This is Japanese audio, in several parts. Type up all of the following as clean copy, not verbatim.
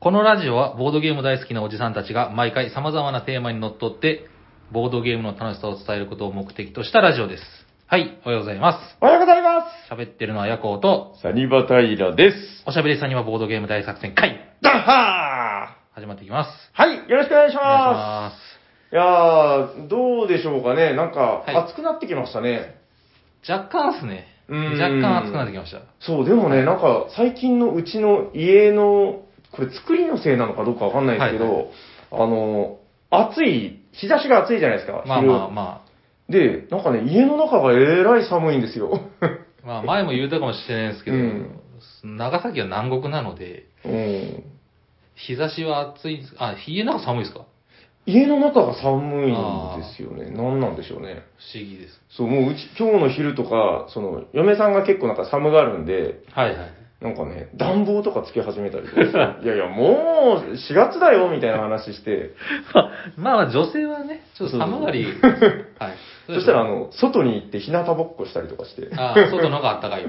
このラジオはボードゲーム大好きなおじさんたちが毎回様々なテーマにのっとってボードゲームの楽しさを伝えることを目的としたラジオです。はい、おはようございます。 おはようございます。 喋ってるのはヤコウとサニバタイラです。 おしゃべりさんにはボードゲーム大作戦会ダッハ始まっていきます。 はい、よろしくお願いしお願いしま。 ますいやー、どうでしょうかね。なんか、 はい暑くなってきましたね。 す。若干っすね。若干暑くなってきました。 そう、でもね、 はいなんか、最近のうちの家の、これ作りのせいなのかどうかわかんないですけど、暑い、日差しが暑いじゃないですか。 まあまあまで、なんかね、家の中がえらい寒いんですよ。 あ。まあ前も言うたかもしれないですけど、 うん長崎は南国なので、 うん日差しは暑いんです。あ、家の中寒いですか？ 家の中が寒いんですよね。なんなんでしょうね。 不思議です。 そう、もう今日の昼とか、嫁さんが結構なんか寒がるんで、 はいはい。 なんかね、暖房とかつけ始めたりとかして、いやいや、もう4月だよ、みたいな話して、 まあ女性はね、ちょっと寒がり。はい。 そしたら外に行って日向ぼっこしたりとかして。 外の方が暖かいと。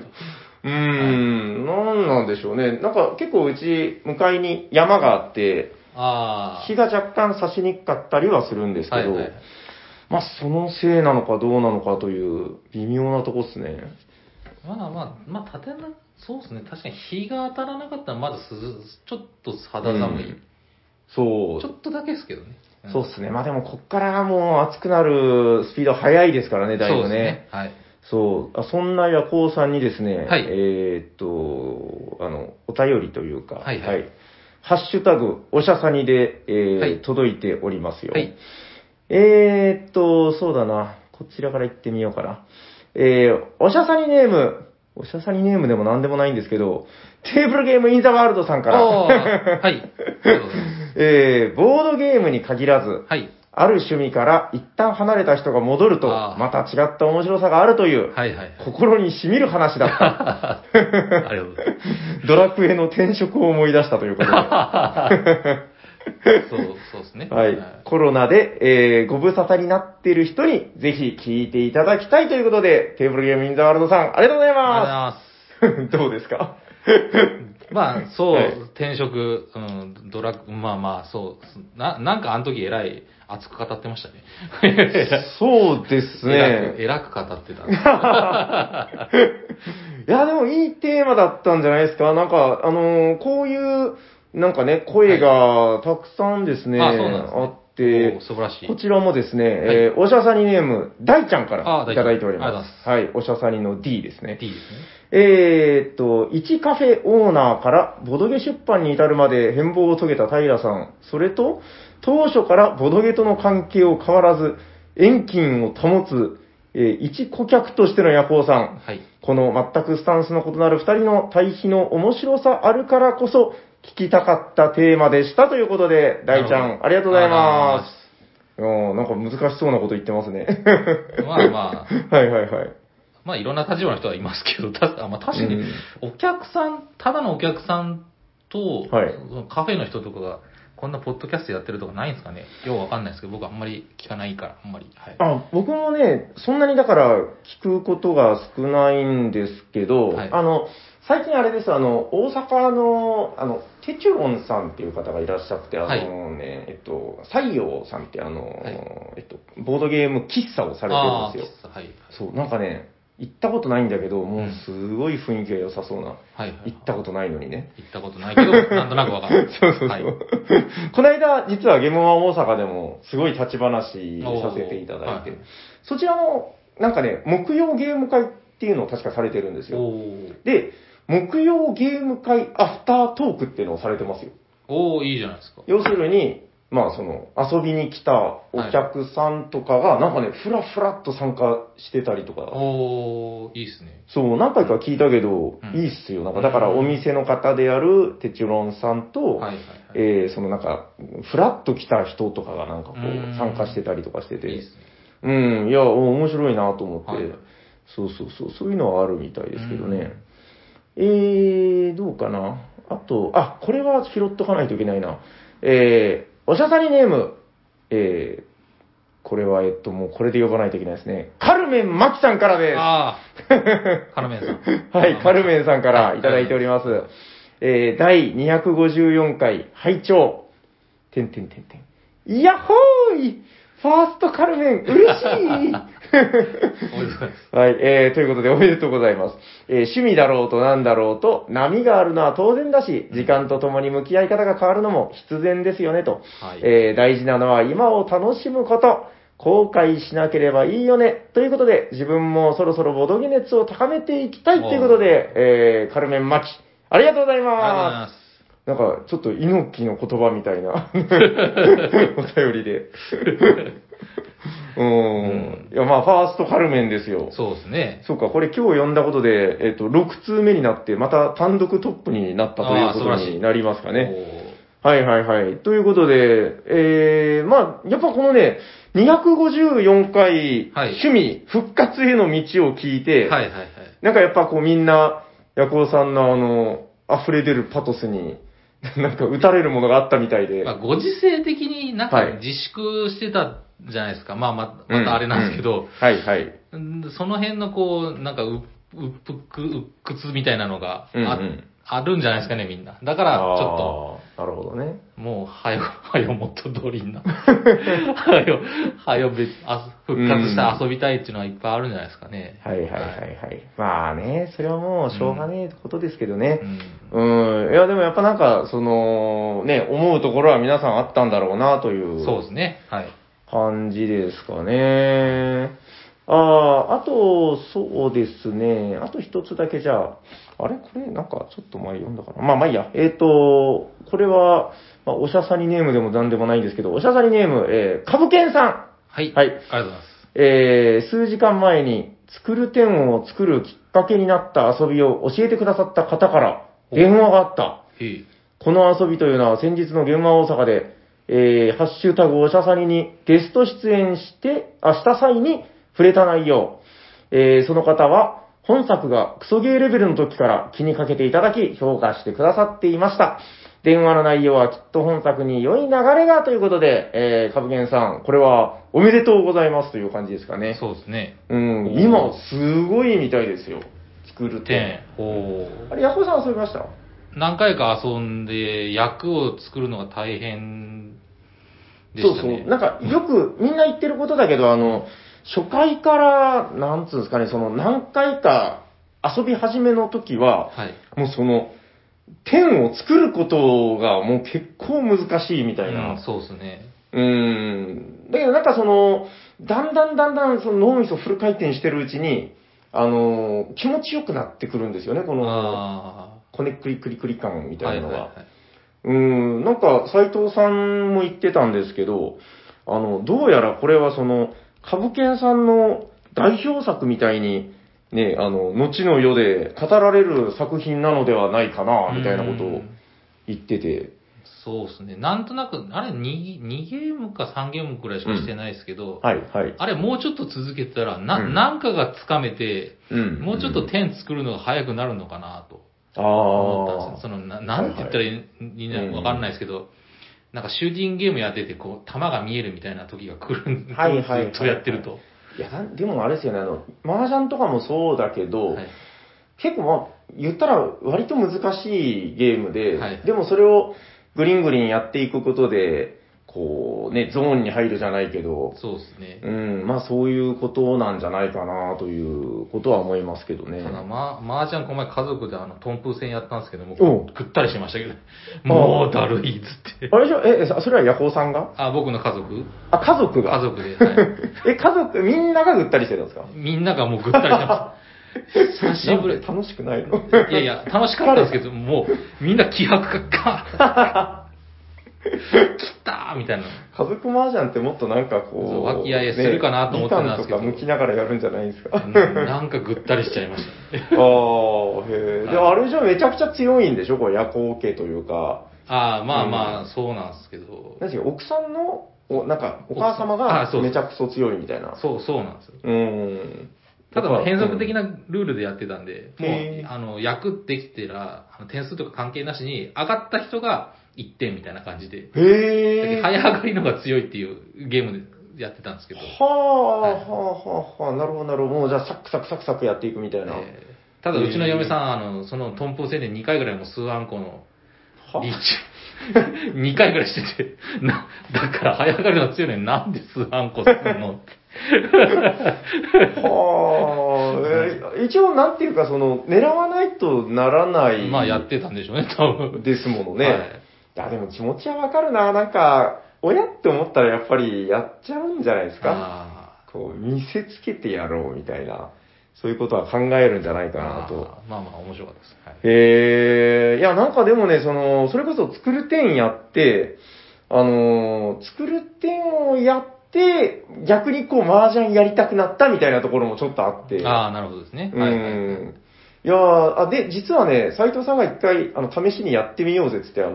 なんなんでしょうね。なんか結構うち、向かいに山があって、日が若干差しにくかったりはするんですけど、まあそのせいなのかどうなのかという微妙なとこっすね。 そうですね。確かに日が当たらなかったらまだちょっと肌寒い。 そう。 ちょっとだけですけどね。 そうっすね。まあでもこっからもう暑くなるスピード速いですからね、だいぶね。 そうですね。はい。 そう。そんなヤコウさんにですね、 はいお便りというか、 はいはいハッシュタグ、おしゃさにで、 はい届いておりますよ。 はい。 そうだな。こちらから行ってみようかな。おしゃさにネーム、おしゃさにネームでも何でもないんですけど、テーブルゲームインザワールドさんから、 はい。 ボードゲームに限らず、 はい。 ある趣味から一旦離れた人が戻ると、また違った面白さがあるという、 はいはい。 心に染みる話だった。 ありがとうございます。 ドラクエの転職を思い出したということで。 そうですね。 はい。コロナで、ご無沙汰になっている人にぜひ聞いていただきたいということで、テーブルゲームインザワールドさん、ありがとうございます。ありがとうございます。どうですか？ まあ、そう、 はい転職、なんかあの時偉い、熱く語ってましたね。 そうですね。 偉く語ってた。 いや、でもいいテーマだったんじゃないですか。なんか、こういう、なんかね、声がたくさんですね、 そうなんですね。 あって、 素晴らしい。 こちらもですね、おしゃさにネーム、大ちゃんからいただいております。 ありがとうございます。 はい、おしゃさにの D ですね。 D ですね。 1カフェオーナーからボドゲ出版に至るまで変貌を遂げた平さん、それと、当初からボドゲとの関係を変わらず、遠近を保つ、一顧客としてのヤコウさん、 はい。 この全くスタンスの異なる二人の対比の面白さあるからこそ、聞きたかったテーマでしたということで、大ちゃん、ありがとうございます。なんか難しそうなこと言ってますね。 まあまあ。 はいはいはい。 まあいろんな立場の人はいますけど、確かに、お客さん、ただのお客さんと、 はいそのカフェの人とかが、こんなポッドキャストやってるとかないんですかね。ようわかんないですけど、僕あんまり聞かないから、あんまり。はい。 僕もね、そんなにだから聞くことが少ないんですけど、 はい最近あれです、大阪の、テチュロンさんっていう方がいらっしゃって、 はい西洋さんってボードゲーム喫茶をされてるんですよ。 はい。 そう、なんかね、行ったことないんだけど、もうすごい雰囲気が良さそうな。 はい。 行ったことないのにね。 行ったことないけど、なんとなくわかる。 そうそうそう。 はい、 この間、実はゲームワン大阪でも、すごい立ち話させていただいて、 はい、 そちらも、なんかね、木曜ゲーム会っていうのを確かされてるんですよ。で、木曜ゲーム会アフタートークっていうのをされてますよ。 いいじゃないですか。 要するに、まあ遊びに来たお客さんとかが、なんかね、ふらふらっと参加してたりとか。 いいっすね。 そう、何回か聞いたけど、いいっすよ。なんか、だからお店の方であるテチュロンさんと、なんか、ふらっと来た人とかがなんかこう、参加してたりとかしてて。 いいっすね。 いや、面白いなと思って、そういうのはあるみたいですけどね。どうかな。あと、これは拾っとかないといけないな。おしゃさにネーム、これは、もうこれで呼ばないといけないですね。カルメンマキさんからです。 カルメンさん。 はい、カルメンさんからいただいております。 第254回拝聴。てんてんてんてん。やっほーいファーストカルメン、嬉しいおめでとうございます。 はい、ということでおめでとうございます。趣味だろうとなんだろうと、波があるのは当然だし、時間とともに向き合い方が変わるのも必然ですよねと。 はい大事なのは今を楽しむこと。後悔しなければいいよね。ということで、自分もそろそろボドゲ熱を高めていきたいということで、カルメンマキ、ありがとうございありがとうございま。 ますす。 なんか、ちょっと猪木の言葉みたいなお便りで。いや、まあ、ファーストカルメンですよ。 そうですね。 そうか、これ今日読んだことで、6通目になって、また単独トップになったということになりますかね。はいはいはい。ということで、まあ、やっぱこのね、254回、 はい趣味復活への道を聞いて、 はいはいはい。 なんかやっぱこうみんな、ヤコウさんの溢れ出るパトスに、なんか打たれるものがあったみたいで。 まあ、ご時世的になんかはい自粛してたじゃないですか。まあまたあれなんですけど、 はいはい。 その辺のこう、なんか鬱屈みたいなのがあるんじゃないですかね、みんな。だから、ちょっと。なるほどね。 もう、はよ、もっと通りにな。はよ、復活して遊びたいっていうのはいっぱいあるんじゃないですかね。 はいはいはいはい。まあね、それはもうしょうがねえことですけどね。 うん。 いやでもやっぱなんか、ね、思うところは皆さんあったんだろうなというそうですね。はい。 感じですかね。あと、そうですね。あと一つだけじゃあ、あれこれなんかちょっと前読んだかな。まあいいや。これは、まあ、おしゃさにネームでもなんでもないんですけど、おしゃさにネーム、かぶけんさん。 はい。 はい。 ありがとうございます。 数時間前に作る点を作るきっかけになった遊びを教えてくださった方から電話があった。この遊びというのは先日の現場大阪で、ハッシュタグおしゃさににゲスト出演した際に触れた内容。その方は本作がクソゲーレベルの時から気にかけていただき評価してくださっていました。電話の内容はきっと本作に良い流れがということで、かぶげんさん、これはおめでとうございますという感じですかね。 そうですね。 今すごいみたいですよ。作る点。あれ、ヤコウさん遊びました？ 何回か遊んで、役を作るのが大変でしたね。 そう。なんか、よくみんな言ってることだけど、初回から、なんつうんですかね、何回か遊び始めの時は、 はい、 もう点を作ることがもう結構難しいみたいな。 そうですね。 だけどなんかだんだん脳みそフル回転してるうちに、気持ちよくなってくるんですよね、この、コネクリクリクリ感みたいなのが。なんか、斉藤さんも言ってたんですけど、どうやらこれはカブケンさんの代表作みたいに、ね、後の世で語られる作品なのではないかな、みたいなことを言ってて。 そうですね。なんとなく、あれ2ゲームか3ゲームくらいしかしてないですけど、 はいはい。 あれもうちょっと続けたら、なんかがつかめて、もうちょっと点作るのが早くなるのかなと思ったんですよ。なんて言ったらいいのかわかんないですけど、なんかシューティングゲームやってて、こう、弾が見えるみたいな時が来るんですよ。ずっとやってると。 いや、でもあれですよね、麻雀とかもそうだけど、結構まあ、言ったら割と難しいゲームで、でもそれをグリングリンやっていくことで、こうね、ゾーンに入るじゃないけど、 そうですね。 まあそういうことなんじゃないかなということは思いますけどね。 ただ麻雀この前家族でトンプー戦やったんですけども、ぐったりしましたけど、もうだるいっつって。 あれじゃそれはヤホーさんが？ 僕の家族？ 家族が？ 家族で、はい。 家族、みんながぐったりしてたんですか？ みんながもうぐったりしてます。久しぶり。 楽しくないの？ いやいや、楽しかったんですけど、もう、みんな気迫が来たーみたいな。 家族麻雀ってもっとなんかこう、 和気あいあいするかなと思ってたんですけど。 みかんとか剥きながらやるんじゃないんですか。 なんかぐったりしちゃいましたね。 へえ。でもあれじゃめちゃくちゃ強いんでしょこれ夜行系というか。 まあ、そうなんですけど。 何ですか、奥さんの、なんか、お母様がめちゃくそ強いみたいな。 そうなんですよ。ただ変則的なルールでやってたんで、もう、役できてら、点数とか関係なしに、上がった人が1点みたいな感じで。早上がりのが強いっていうゲームでやってたんですけど。 なるほど。もうじゃあサクサクやっていくみたいな。 ただうちの嫁さん、そのトンプ戦で2回ぐらいも数あんこのリーチ、2回ぐらいしてて、だから早上がりが強いのになんで数あんこするのって。 はあ、一応なんていうか、狙わないとならない。 まあやってたんでしょうね、多分。 ですものね。 はい、 いや、でも気持ちはわかるな。なんか、親って思ったらやっぱりやっちゃうんじゃないですか。こう、見せつけてやろうみたいな。そういうことは考えるんじゃないかなと。 まあまあ面白かったです。はい、 いや、なんかでもね、それこそ作る点やって、作る点をやって、逆にこう、麻雀やりたくなったみたいなところもちょっとあって。 ああ、なるほどですね。はいはい、はい。 いやで、実はね、斉藤さんが一回、試しにやってみようぜって言って、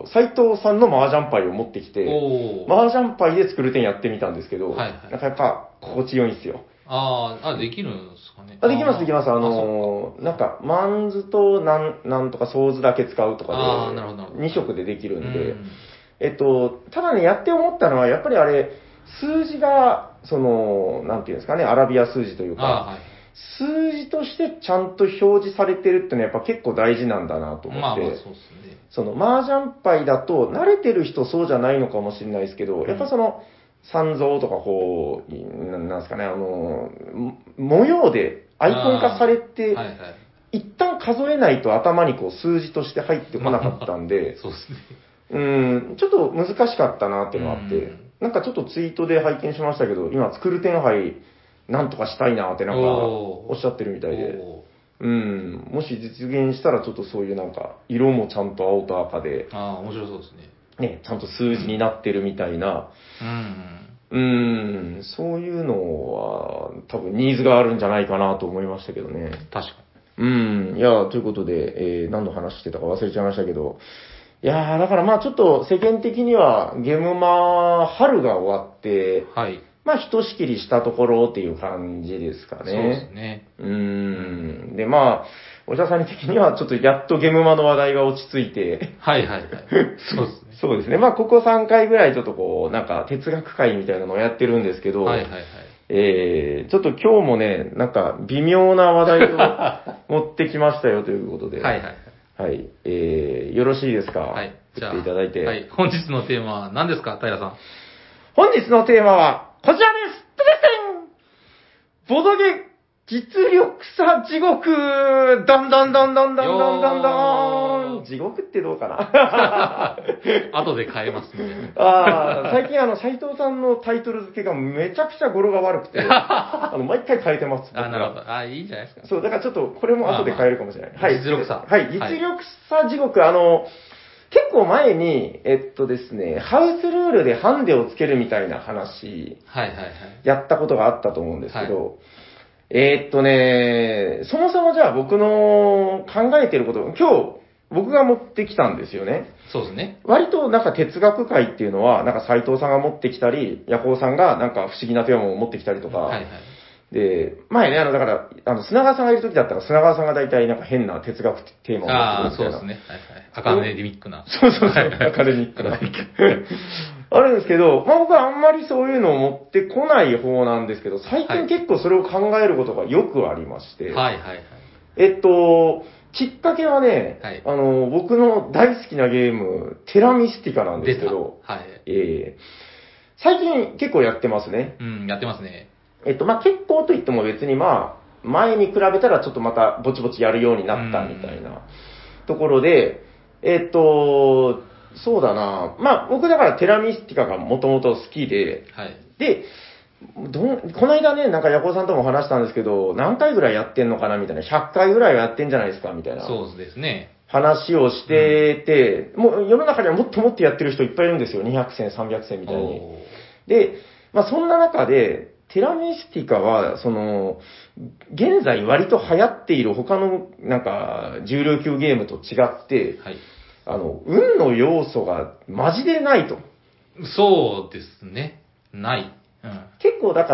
斉藤さんの麻雀牌を持ってきて、麻雀牌で作る点やってみたんですけど、はいはい、なかなか心地よいんですよ。 できるんですかね。 できます、できます。なんか、マンズとなんとかソーズだけ使うとかで、2色でできるんで、ただね、やって思ったのは、やっぱりあれ、数字が、なんていうんですかね、アラビア数字というか、はい、数字としてちゃんと表示されてるってのはやっぱ結構大事なんだなと思って、 まあまあそうですね。 麻雀牌だと、慣れてる人そうじゃないのかもしれないですけど、やっぱ三蔵とかこう、なんですかね、模様でアイコン化されて、はいはい、一旦数えないと頭にこう数字として入ってこなかったんで、 そうですね。 ちょっと難しかったなっていうのがあって、なんかちょっとツイートで拝見しましたけど、今作る点杯なんとかしたいなってなんかおっしゃってるみたいで、もし実現したらちょっとそういうなんか色もちゃんと青と赤で、 面白そうですね。 ね、ちゃんと数字になってるみたいな、そういうのは多分ニーズがあるんじゃないかなと思いましたけどね。 確かに。 いや、ということで、何の話してたか忘れちゃいましたけど、いやー、だからまあちょっと世間的にはゲームマ春が終わって、 はい。 まあひとしきりしたところっていう感じですかね。そうですね。 で、まあ、お医者さん的にはちょっとやっとゲームマの話題が落ち着いて。 はいはいはい。そうですね。 そうですね。まあここ3回ぐらいちょっとこう、なんか哲学会みたいなのをやってるんですけど、 はいはいはい。 ちょっと今日もね、なんか微妙な話題を持ってきましたよということで。 はいはい。 はい。よろしいですか？ はい。 じゃあ、振っていただいて。 はい。本日のテーマは何ですか、平さん。 本日のテーマは、こちらですプレゼンボドゲ実力差地獄どんどんどんどんどんどんどんどん地獄ってどうかな後で変えますね。 最近斉藤さんのタイトル付けがめちゃくちゃ語呂が悪くて、毎回変えてます。 なるほど。いいんじゃないですか。 そう、だからちょっとこれも後で変えるかもしれない。はい。 実力差。 はい。実力差地獄、結構前に、ですね、ハウスルールでハンデをつけるみたいな話、やったことがあったと思うんですけど、そもそもじゃあ僕の考えてること、今日僕が持ってきたんですよね。 そうですね。 割となんか哲学界っていうのは、なんか斉藤さんが持ってきたり、ヤコウさんがなんか不思議なテーマを持ってきたりとか、で、前ね、だから、砂川さんがいる時だったら、砂川さんが大体なんか変な哲学テーマを持ってくるみたいな。 そうですね。アカデミックな。 そうそうそう、アカデミックな。あるんですけど、まあ僕はあんまりそういうのを持ってこない方なんですけど、最近結構それを考えることがよくありまして。きっかけはね、僕の大好きなゲーム、テラミスティカなんですけど、最近結構やってますね。 やってますね。 まあ結構といっても別にまあ、前に比べたらちょっとまたぼちぼちやるようになったみたいなところで、そうだな。まあ僕だからテラミスティカがもともと好きで、で、この間ね、なんかヤコウさんとも話したんですけど、何回ぐらいやってんのかなみたいな、100回ぐらいはやってんじゃないですかみたいな。 そうですね。 話をしてて、もう世の中にはもっともっとやってる人いっぱいいるんですよ。200戦、300戦みたいに。で、まあそんな中で、テラミスティカは、現在割と流行っている他の、なんか、重量級ゲームと違って、運の要素がマジでないと。 そうですね。ない。 結構だから、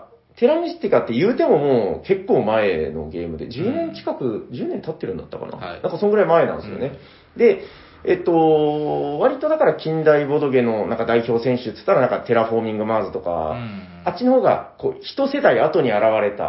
テラミスティカって言うてももう結構前のゲームで、10年近く、10年経ってるんだったかな。なんかそんぐらい前なんですよね。で、割とだから近代ボドゲのなんか代表選手って言ったらなんかテラフォーミングマーズとか、あっちの方がこう一世代後に現れた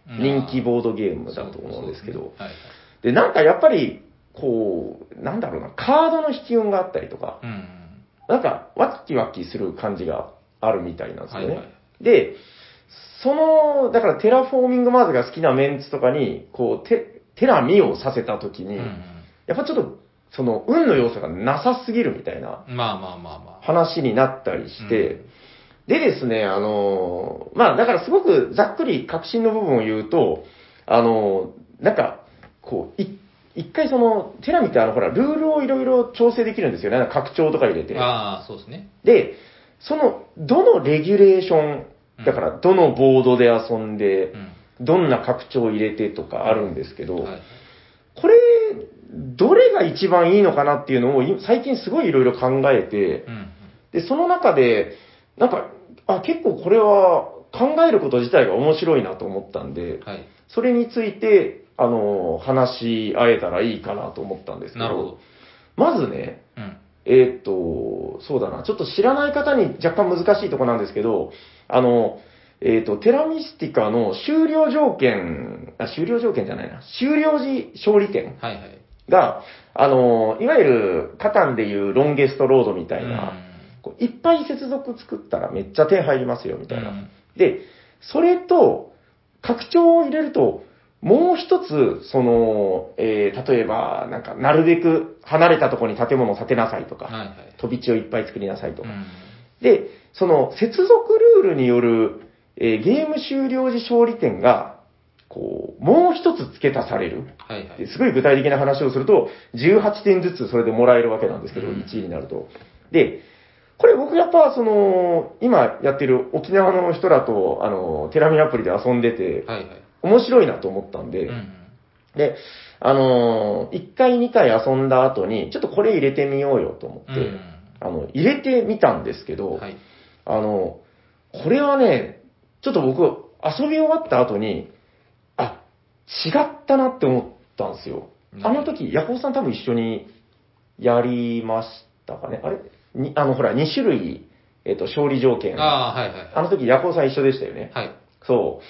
人気ボードゲームだと思うんですけど、で、なんかやっぱり、こう、なんだろうな、カードの引き運があったりとか、なんか、ワッキワキする感じがあるみたいなんですよね。で、だからテラフォーミングマーズが好きなメンツとかに、こう、テラミをさせたときに、やっぱちょっと、運の要素がなさすぎるみたいな、話になったりして、でですね、まあ、だからすごくざっくり革新の部分を言うと、なんか、こう、一回テラミってほら、ルールをいろいろ調整できるんですよね。拡張とか入れて。 そうですね。 で、どのレギュレーション、だから、どのボードで遊んで、どんな拡張を入れてとかあるんですけど、これ、どれが一番いいのかなっていうのを、最近すごいいろいろ考えて、で、その中で、なんか、結構これは考えること自体が面白いなと思ったんで、それについて、話し合えたらいいかなと思ったんですけど、 なるほど。 まずね、そうだな、ちょっと知らない方に若干難しいとこなんですけど、テラミスティカの終了条件じゃないな、終了時勝利点が、いわゆるカタンでいうロンゲストロードみたいな、こういっぱい接続作ったらめっちゃ手入りますよみたいな。で、それと、拡張を入れると、もう一つ、例えば、なんか、なるべく離れたところに建物を建てなさいとか、飛び地をいっぱい作りなさいとか。で、接続ルールによる、ゲーム終了時勝利点が、こう、もう一つ付け足される。すごい具体的な話をすると、18点ずつそれでもらえるわけなんですけど、1位になると。で、これ僕やっぱ今やってる沖縄の人らと、テラミアプリで遊んでて、面白いなと思ったんで、で、1回2回遊んだ後に、ちょっとこれ入れてみようよと思って、入れてみたんですけど、これはね、ちょっと僕、遊び終わった後に、違ったなって思ったんですよ。あの時、ヤコウさん多分一緒にやりましたかね。あれほら、2種類、勝利条件。あの時、ヤコウさん一緒でしたよね。そう。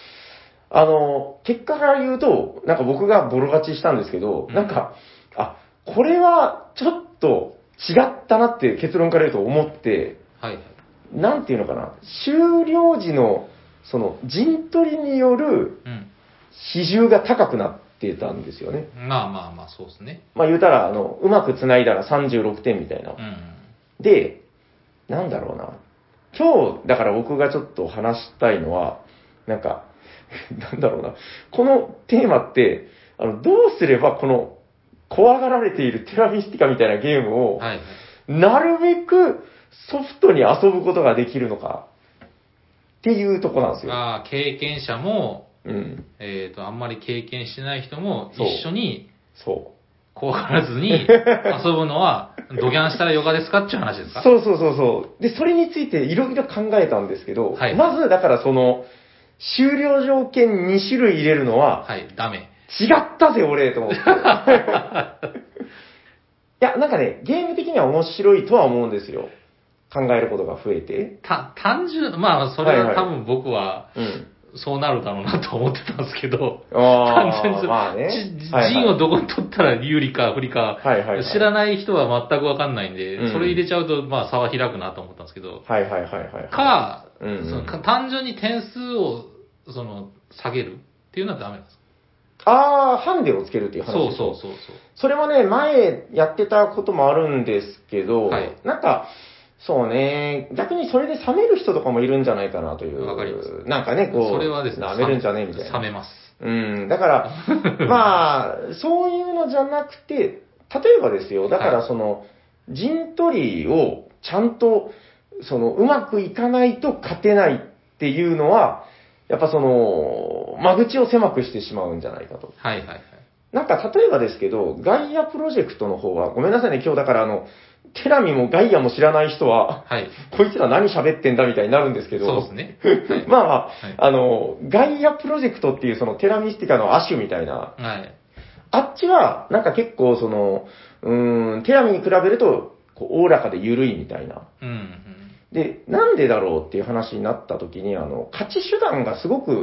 結果から言うと、なんか僕がボロ勝ちしたんですけど、なんか、これはちょっと違ったなって結論から言うと思って、なんていうのかな、終了時の、陣取りによる比重が高くなってたんですよね。 そうですね。 言うたら、うまく繋いだら36点みたいな。で、なんだろうな。今日、だから僕がちょっと話したいのは、なんか、なんだろうな。このテーマって、どうすればこの、怖がられているテラミスティカみたいなゲームを、なるべくソフトに遊ぶことができるのか、っていうとこなんですよ。 経験者も、あんまり経験してない人も一緒に、怖がらずに遊ぶのは、ドギャンしたらヨガですかっていう話ですか？ そう。で、それについていろいろ考えたんですけど、まず、だから終了条件2種類入れるのは、 ダメ。 違ったぜ、俺、と思って。いや、なんかね、ゲーム的には面白いとは思うんですよ。考えることが増えて。 単純、それは多分僕は、そうなるだろうなと思ってたんですけど、単純に、陣をどこに取ったら有利か不利か、知らない人は全くわかんないんで、それ入れちゃうと、差は開くなと思ったんですけど、単純に点数を、下げるっていうのはダメなんですか？ ハンデをつけるっていう話です。 そう。 それはね、前やってたこともあるんですけど、なんか、そうね。逆にそれで冷める人とかもいるんじゃないかなという。 わかります。 なんかね、こう、 それはですね、 舐めるんじゃねえみたいな。 冷めます。 だから、そういうのじゃなくて、例えばですよ、だから陣取りをちゃんと、うまくいかないと勝てないっていうのは、やっぱ間口を狭くしてしまうんじゃないかと。なんか例えばですけど、ガイアプロジェクトの方は、ごめんなさいね、今日だからテラミもガイアも知らない人は、こいつら何喋ってんだみたいになるんですけど、 そうですね。 ガイアプロジェクトっていうテラミスティカの亜種みたいな、あっちは、なんか結構テラミに比べると、おおらかで緩いみたいな。で、なんでだろうっていう話になった時に、勝ち手段がすごく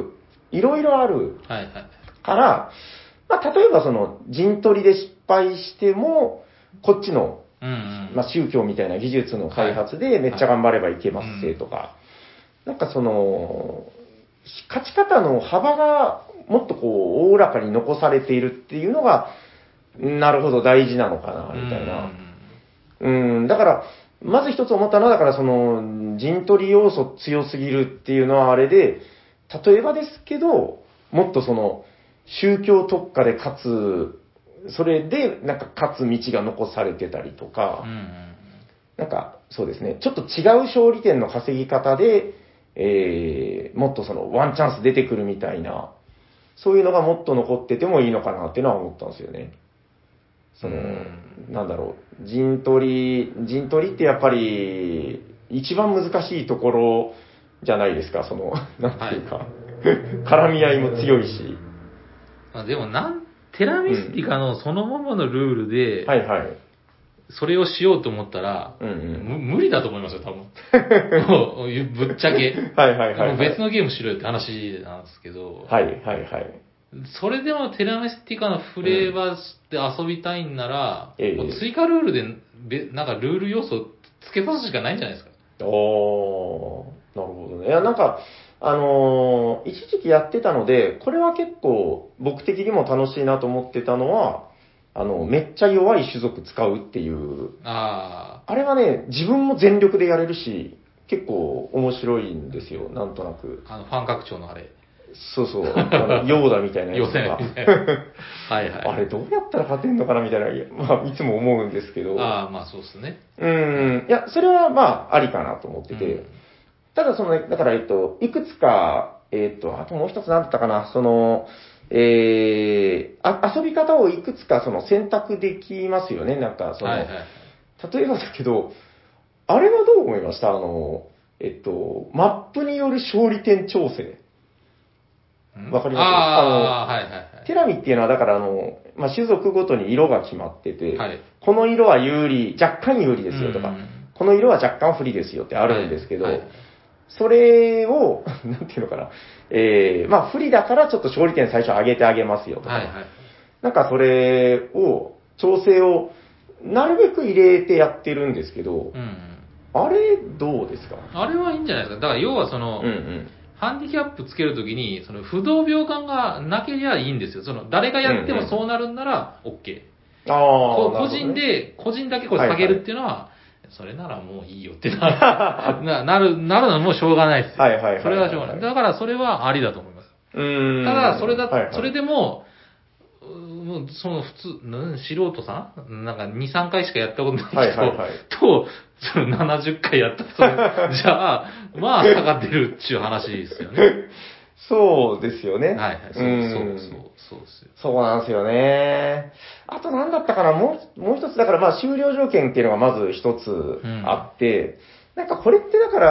いろいろあるはいはい。 から、まあ、例えばその、陣取りで失敗しても、こっちの、 うんうん。 まあ、宗教みたいな技術の開発でめっちゃ頑張ればいけますせとか、なんかその、勝ち方の幅がもっとこう、おおらかに残されているっていうのが、なるほど大事なのかな、みたいな。だから、まず一つ思ったのは、だからその、陣取り要素強すぎるっていうのはあれで、例えばですけど、もっとその、宗教特化で勝つ、それでなんか勝つ道が残されてたりとか、なんかそうですね、ちょっと違う勝利点の稼ぎ方で、もっとそのワンチャンス出てくるみたいな、そういうのがもっと残っててもいいのかなっていうのは思ったんですよね。その、なんだろう、陣取りってやっぱり、一番難しいところじゃないですか、その、なんていうか、はい、絡み合いも強いし。 でもテラミスティカのそのままのルールで、 はいはい。 それをしようと思ったら、無理だと思いますよ、多分。もう、ぶっちゃけ。 はいはいはい、はい。 もう別のゲームしろよって話なんですけど。 はいはいはい。 それでもテラミスティカのフレーバーで遊びたいんなら、もう追加ルールで、なんかルール要素付け足すしかないんじゃないですか。 おー、なるほどね。いや、なんか、一時期やってたので、これは結構僕的にも楽しいなと思ってたのは、めっちゃ弱い種族使うっていう。あれはね、自分も全力でやれるし、結構面白いんですよ、なんとなく。 ファン拡張のあれ。 そうそう、ヨーダみたいなやつが。 はいはい。 あれどうやったら勝てんのかなみたいな、まあ、いつも思うんですけど。 ああ、まあそうですね。 いや、それはまあ、ありかなと思ってて。ただその、だから、いくつか、あともう一つ何だったかな、その、遊び方をいくつかその選択できますよね。なんか、その、例えばだけど、あれはどう思いました？マップによる勝利点調整。わかりますテラミっていうのは、だからまあ、種族ごとに色が決まってて、はい、この色は有利、若干有利ですよとか、この色は若干不利ですよってあるんですけど、はいはい、それを、なんていうのかな、まあ、不利だからちょっと勝利点最初上げてあげますよとか、はいはい、なんかそれを、調整をなるべく入れてやってるんですけど、あれどうですか？ あれはいいんじゃないですか。だから要はその、ハンディキャップつけるときに、その不動秒間がなければいいんですよ。その、誰がやってもそうなるんなら OK。個人で、個人だけこれ下げるっていうのは、それならもういいよってなるのはもうしょうがないですよ。それはしょうがない。だからそれはありだと思います。ただ、それでも、その普通、素人さんなんか2、3回しかやったことない人と、その70回やった人、じゃあ、まあ差が出るっていう話ですよね。 そうですよね。 はいはい、そうですよ。 そうなんですよね。あと何だったかな、もう一つ、だからまあ終了条件っていうのがまず一つあって、なんかこれってだから、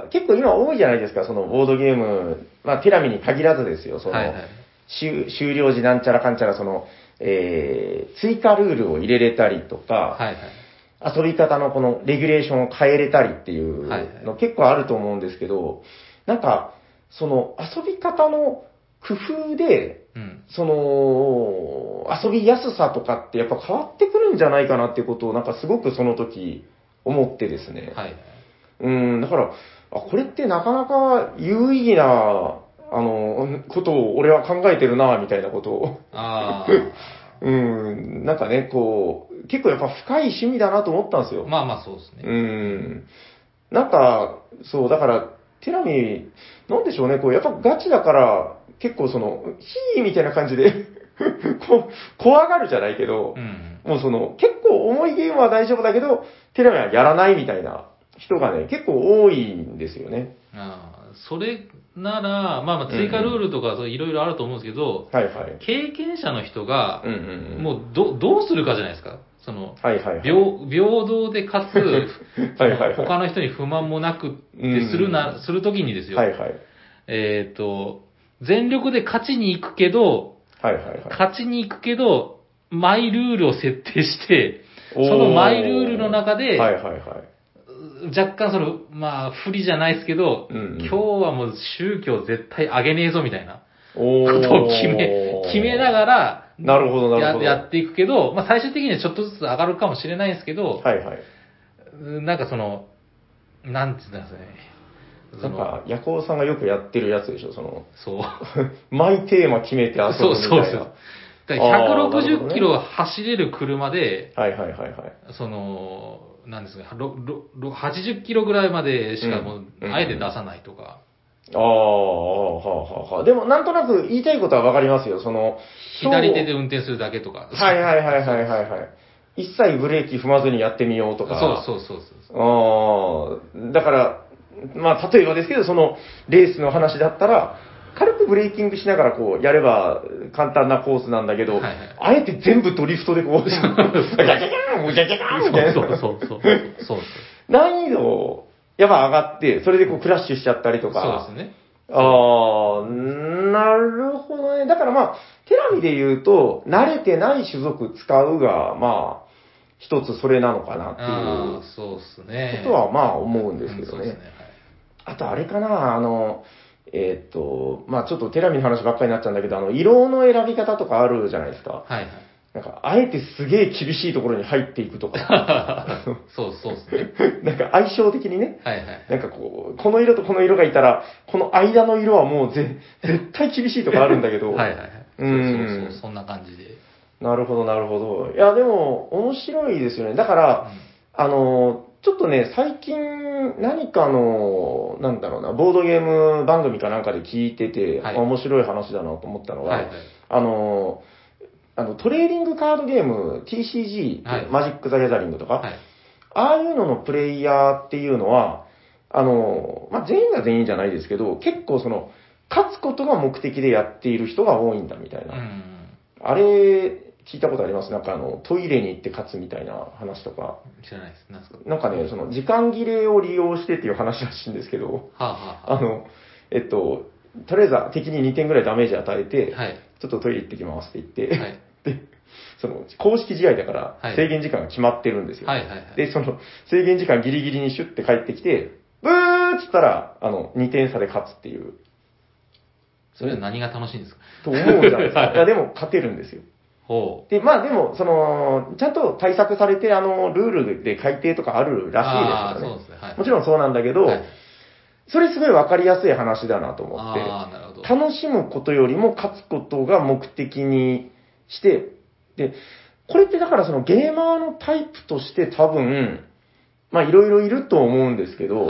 結構今多いじゃないですか、そのボードゲーム、まあテラミに限らずですよ、その、終了時なんちゃらかんちゃら、その、追加ルールを入れれたりとか、遊び方のこのレギュレーションを変えれたりっていうの結構あると思うんですけど、なんか、その遊び方の工夫で、その、遊びやすさとかってやっぱ変わってくるんじゃないかなっていうことをなんかすごくその時思ってですね。だから、これってなかなか有意義な、ことを俺は考えてるな、みたいなことを。なんかね、こう、結構やっぱ深い趣味だなと思ったんですよ。 まあまあそうですね。 なんか、そう、だから、テラミ、なんでしょうね、こう、やっぱガチだから、結構その、ヒーみたいな感じで怖がるじゃないけど、もうその、結構重いゲームは大丈夫だけど、テラミはやらないみたいな人がね、結構多いんですよね。 それなら、まあ追加ルールとかいろいろあると思うんですけど、経験者の人が、もうどうするかじゃないですか。その、平等でかつ、他の人に不満もなくってするときにですよ。全力で勝ちに行くけど、勝ちに行くけど、マイルールを設定して、そのマイルールの中で、 若干まあ、不利じゃないですけど、今日はもう宗教絶対上げねえぞみたいなことを決めながら、 なるほど、なるほど。 やっていくけど、まあ最終的にはちょっとずつ上がるかもしれないんですけど、 はいはい。 なんかなんて言うんですかね。 なんか、ヤコウさんがよくやってるやつでしょ、 そう。 マイテーマ決めて遊ぶみたいな。 そう。160キロ走れる車で、 はい。 なんですか、80キロぐらいまでしかもう、あえて出さないとか。 でも、なんとなく言いたいことはわかりますよ。 左手で運転するだけとか。 はい。一切ブレーキ踏まずにやってみようとか。 そう。 だから、まあ、例えばですけど、レースの話だったら、軽くブレーキングしながらやれば簡単なコースなんだけど、あえて全部ドリフトでジャジャガーンみたいな。 そう。 難易度、やっぱ上がって、それでクラッシュしちゃったりとか。 そうですね。 なるほどね。だからまあ、テラミで言うと、慣れてない種族使うが、まあ、一つそれなのかなっていう。 そうっすね。 ことはまあ思うんですけどね。あとあれかな、まあちょっとテラミの話ばっかりになっちゃうんだけど、色の選び方とかあるじゃないですか。なんか、あえてすげえ厳しいところに入っていくとか。 そうですね。 なんか相性的にね。なんかこの色とこの色がいたら、この間の色はもう絶対厳しいとかあるんだけど。 そう、そんな感じで。 なるほど。いや、でも、面白いですよね。だから、ちょっとね、最近、何かなんだろうな、ボードゲーム番組かなんかで聞いてて、面白い話だなと思ったのが、トレーディングカードゲーム、TCG、マジック・ザ・ギャザリングとか、ああいうののプレイヤーっていうのは、まあ、全員が全員じゃないですけど、結構勝つことが目的でやっている人が多いんだみたいな。あれ、聞いたことあります？なんかトイレに行って勝つみたいな話とか。 知らないです。なんですか？ なんかね、時間切れを利用してっていう話らしいんですけど、とりあえず敵に2点ぐらいダメージ与えて、ちょっとトイレ行ってきますって言って、で、公式試合だから制限時間が決まってるんですよ。で、制限時間ギリギリにシュッて帰ってきて、ブーっつったら、2点差で勝つっていう。 それは何が楽しいんですか？ と思うじゃないですか。いや、でも勝てるんですよ。で、まあでも、ちゃんと対策されて、ルールで改定とかあるらしいですからね。 そうですね。 もちろんそうなんだけど、それすごいわかりやすい話だなと思って、楽しむことよりも勝つことが目的にして、で、これってだからゲーマーのタイプとして多分、まあいろいろいると思うんですけど、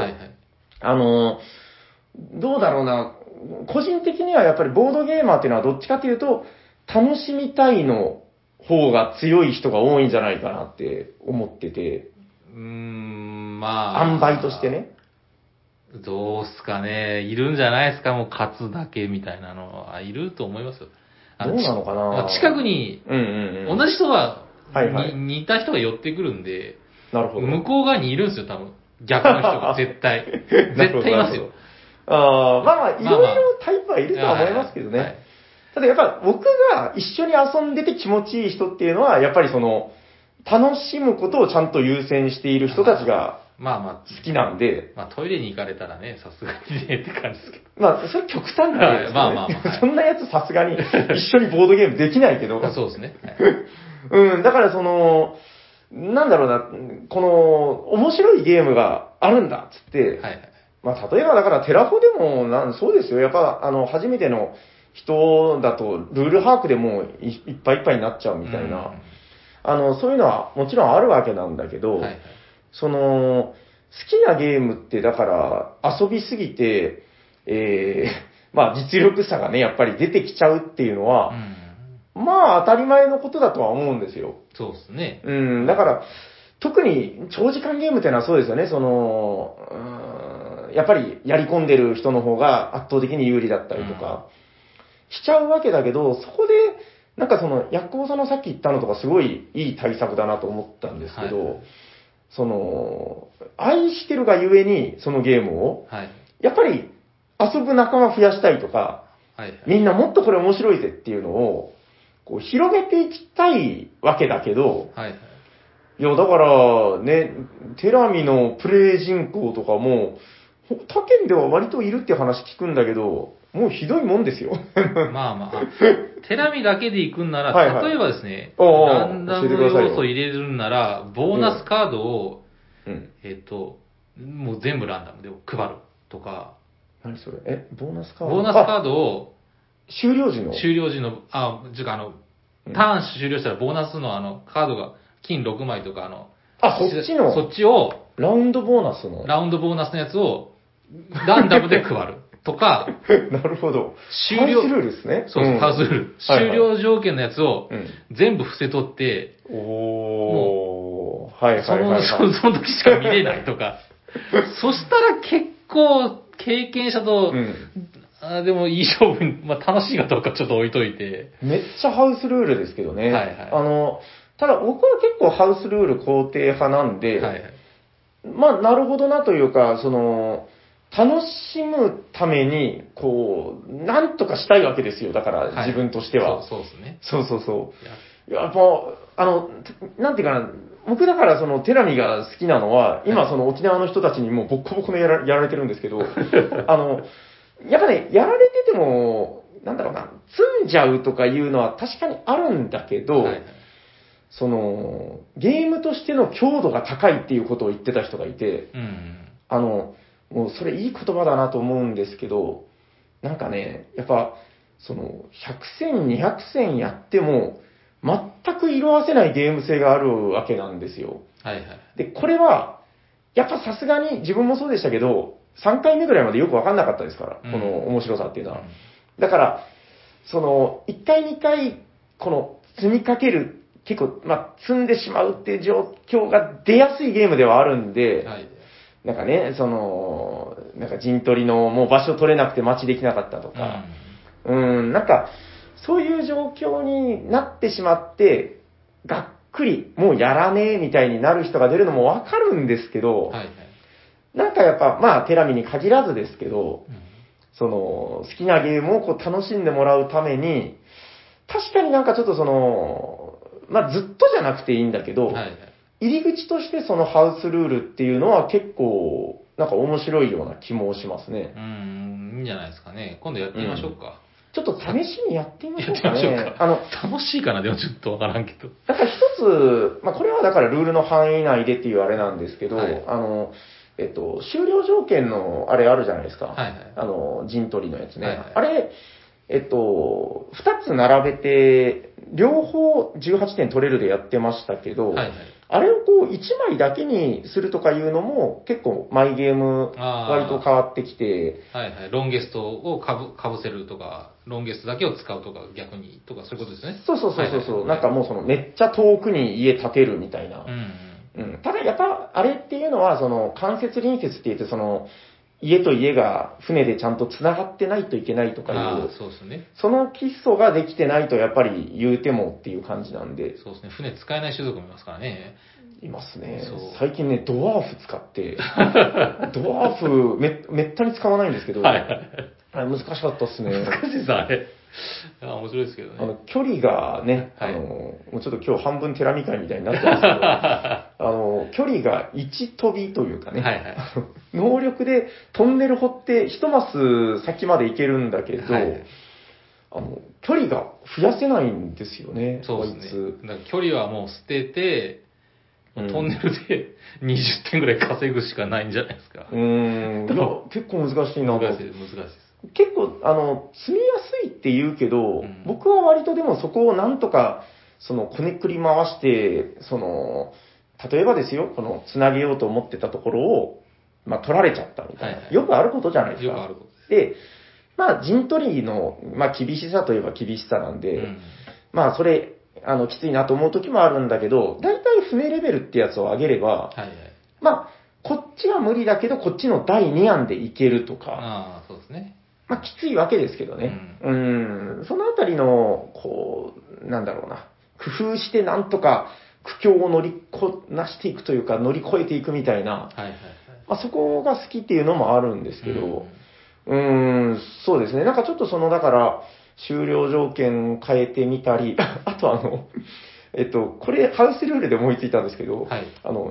どうだろうな、個人的にはやっぱりボードゲーマーっていうのはどっちかというと、楽しみたいの方が強い人が多いんじゃないかなって思ってて。 まあ。 塩梅としてね。 どうすかね。いるんじゃないですか、もう勝つだけみたいなのは。いると思いますよ。 どうなのかな。 近くに、同じ人は、似た人が寄ってくるんで、 なるほど。 向こう側にいるんですよ、多分。逆の人が、絶対。絶対いますよ。 まあ、いろいろタイプはいるとは思いますけどね。ただやっぱ僕が一緒に遊んでて気持ちいい人っていうのは、やっぱり楽しむことをちゃんと優先している人たちが、好きなんで。 まあトイレに行かれたらね、さすがにねって感じですけど。 まあ、それ極端な例ですよね。そんなやつさすがに一緒にボードゲームできないけど。 そうですね。 だからなんだろうな、面白いゲームがあるんだっつって、まあ、例えばだからテラフォでもそうですよ。やっぱ、初めての人だと、ルール把握でもういっぱいいっぱいになっちゃうみたいな、そういうのはもちろんあるわけなんだけど、好きなゲームってだから遊びすぎて、まあ実力差がね、やっぱり出てきちゃうっていうのは、まあ当たり前のことだとは思うんですよ。 そうですね。 だから、特に長時間ゲームっていうのはそうですよね、やっぱりやり込んでる人の方が圧倒的に有利だったりとか、しちゃうわけだけど、そこで、なんかヤッコウさんのさっき言ったのとかすごいいい対策だなと思ったんですけど、愛してるがゆえにそのゲームを、やっぱり遊ぶ仲間増やしたいとか、みんなもっとこれ面白いぜっていうのを、こう広げていきたいわけだけど、いや、だからね、 テラミのプレイ人口とかも、他県では割といるって話聞くんだけど、もうひどいもんですよ。 まあまあ、テラミだけで行くんなら、 はいはい例えばですね、 ああランダム要素入れるんなら、ボーナスカードを、もう全部ランダムで配るとか。 何それボーナスカードボーナスカードを、 終了時のターン終了したらボーナスのカードが金6枚とかそっちを、 ラウンドボーナスのやつを、ランダムで配る。とか、 なるほど。 終了。 ハウスルールですね。 そう、ハウスルール。終了条件のやつを全部伏せとって、 はいはいはい。 その時しか見れないとか。そしたら結構、経験者と、でもいい勝負に、楽しいかどうかちょっと置いといて。 めっちゃハウスルールですけどね。 はいはい。 ただ僕は結構ハウスルール肯定派なんで、 はいはい、 なるほどなというか、楽しむために、なんとかしたいわけですよ。だから、自分としては。 そうですね。 そう。やっぱ、なんていうかな、僕だからテラミが好きなのは、今沖縄の人たちにもうボッコボコのやられてるんですけど、やっぱね、やられてても、なんだろうな、積んじゃうとかいうのは確かにあるんだけど、はい、ゲームとしての強度が高いっていうことを言ってた人がいて、もうそれいい言葉だなと思うんですけど、なんかね、やっぱ、100戦、200戦やっても、全く色褪せないゲーム性があるわけなんですよ。 はいはい。 で、これは、やっぱさすがに自分もそうでしたけど、3回目ぐらいまでよくわかんなかったですから、この面白さっていうのは。だから、1回2回、積みかける、結構、積んでしまうっていう状況が出やすいゲームではあるんで、はい、なんかね、なんか陣取りのもう場所取れなくて待ちできなかったとか、なんか、そういう状況になってしまって、がっくり、もうやらねえみたいになる人が出るのもわかるんですけど、はいはい、なんかやっぱ、テラミに限らずですけど、好きなゲームを楽しんでもらうために、確かになんかちょっとずっとじゃなくていいんだけど、はいはい、入り口としてそのハウスルールっていうのは結構、なんか面白いような気もしますね。 いいんじゃないですかね。今度やってみましょうか。 ちょっと試しにやってみましょうかね。 楽しいかな、でもちょっとわからんけど。 だから一つ、これはだからルールの範囲内でっていうあれなんですけど、はい、終了条件のあれあるじゃないですか。はいはい、陣取りのやつね。はいはい、あれ、2つ並べて、両方18点取れるでやってましたけど、はいはい、あれを1枚だけにするとかいうのも結構マイゲーム割と変わってきて、 はいはい、ロンゲストをかぶせるとか、ロンゲストだけを使うとか逆にとかそういうことですね。 そう、はいはいはい、なんかもうめっちゃ遠くに家建てるみたいな。ただやっぱあれっていうのは間接隣接って言って家と家が船でちゃんと繋がってないといけないとかいう、 そうですね。 その基礎ができてないとやっぱり言うてもっていう感じなんで。 そうですね。船使えない種族もいますからね。 いますね。最近ね、ドワーフ使って、ドワーフめったに使わないんですけど、はい、あれ難しかったっすね。 難しいさ、あれ。面白いですけどね。 距離がね、はい、もうちょっと今日半分テラミ会みたいになってますけど、距離が1飛びというかね、はいはい、能力でトンネル掘って一マス先まで行けるんだけど、はいはい、距離が増やせないんですよね、 そうですね。だから距離はもう捨てて、トンネルで20点ぐらい稼ぐしかないんじゃないですか。 いや、結構難しいなと。 難しいです。 結構、積みやすいって言うけど、僕は割とでもそこをなんとか、こねくり回して、例えばですよ、つなげようと思ってたところを、取られちゃったみたいな、はいはい。よくあることじゃないですか。 よくあることです。で、陣取りの、厳しさといえば厳しさなんで、それ、きついなと思う時もあるんだけど、だいたい船レベルってやつを上げれば、はいはい、こっちは無理だけど、こっちの第2案でいけるとか、 そうですね。 きついわけですけどね。そのあたりの、なんだろうな、工夫してなんとか苦境を乗りこなしていくというか、乗り越えていくみたいな、はいはいはい、そこが好きっていうのもあるんですけど、そうですね。なんかちょっとだから、終了条件変えてみたり、あとこれハウスルールで思いついたんですけど、はい、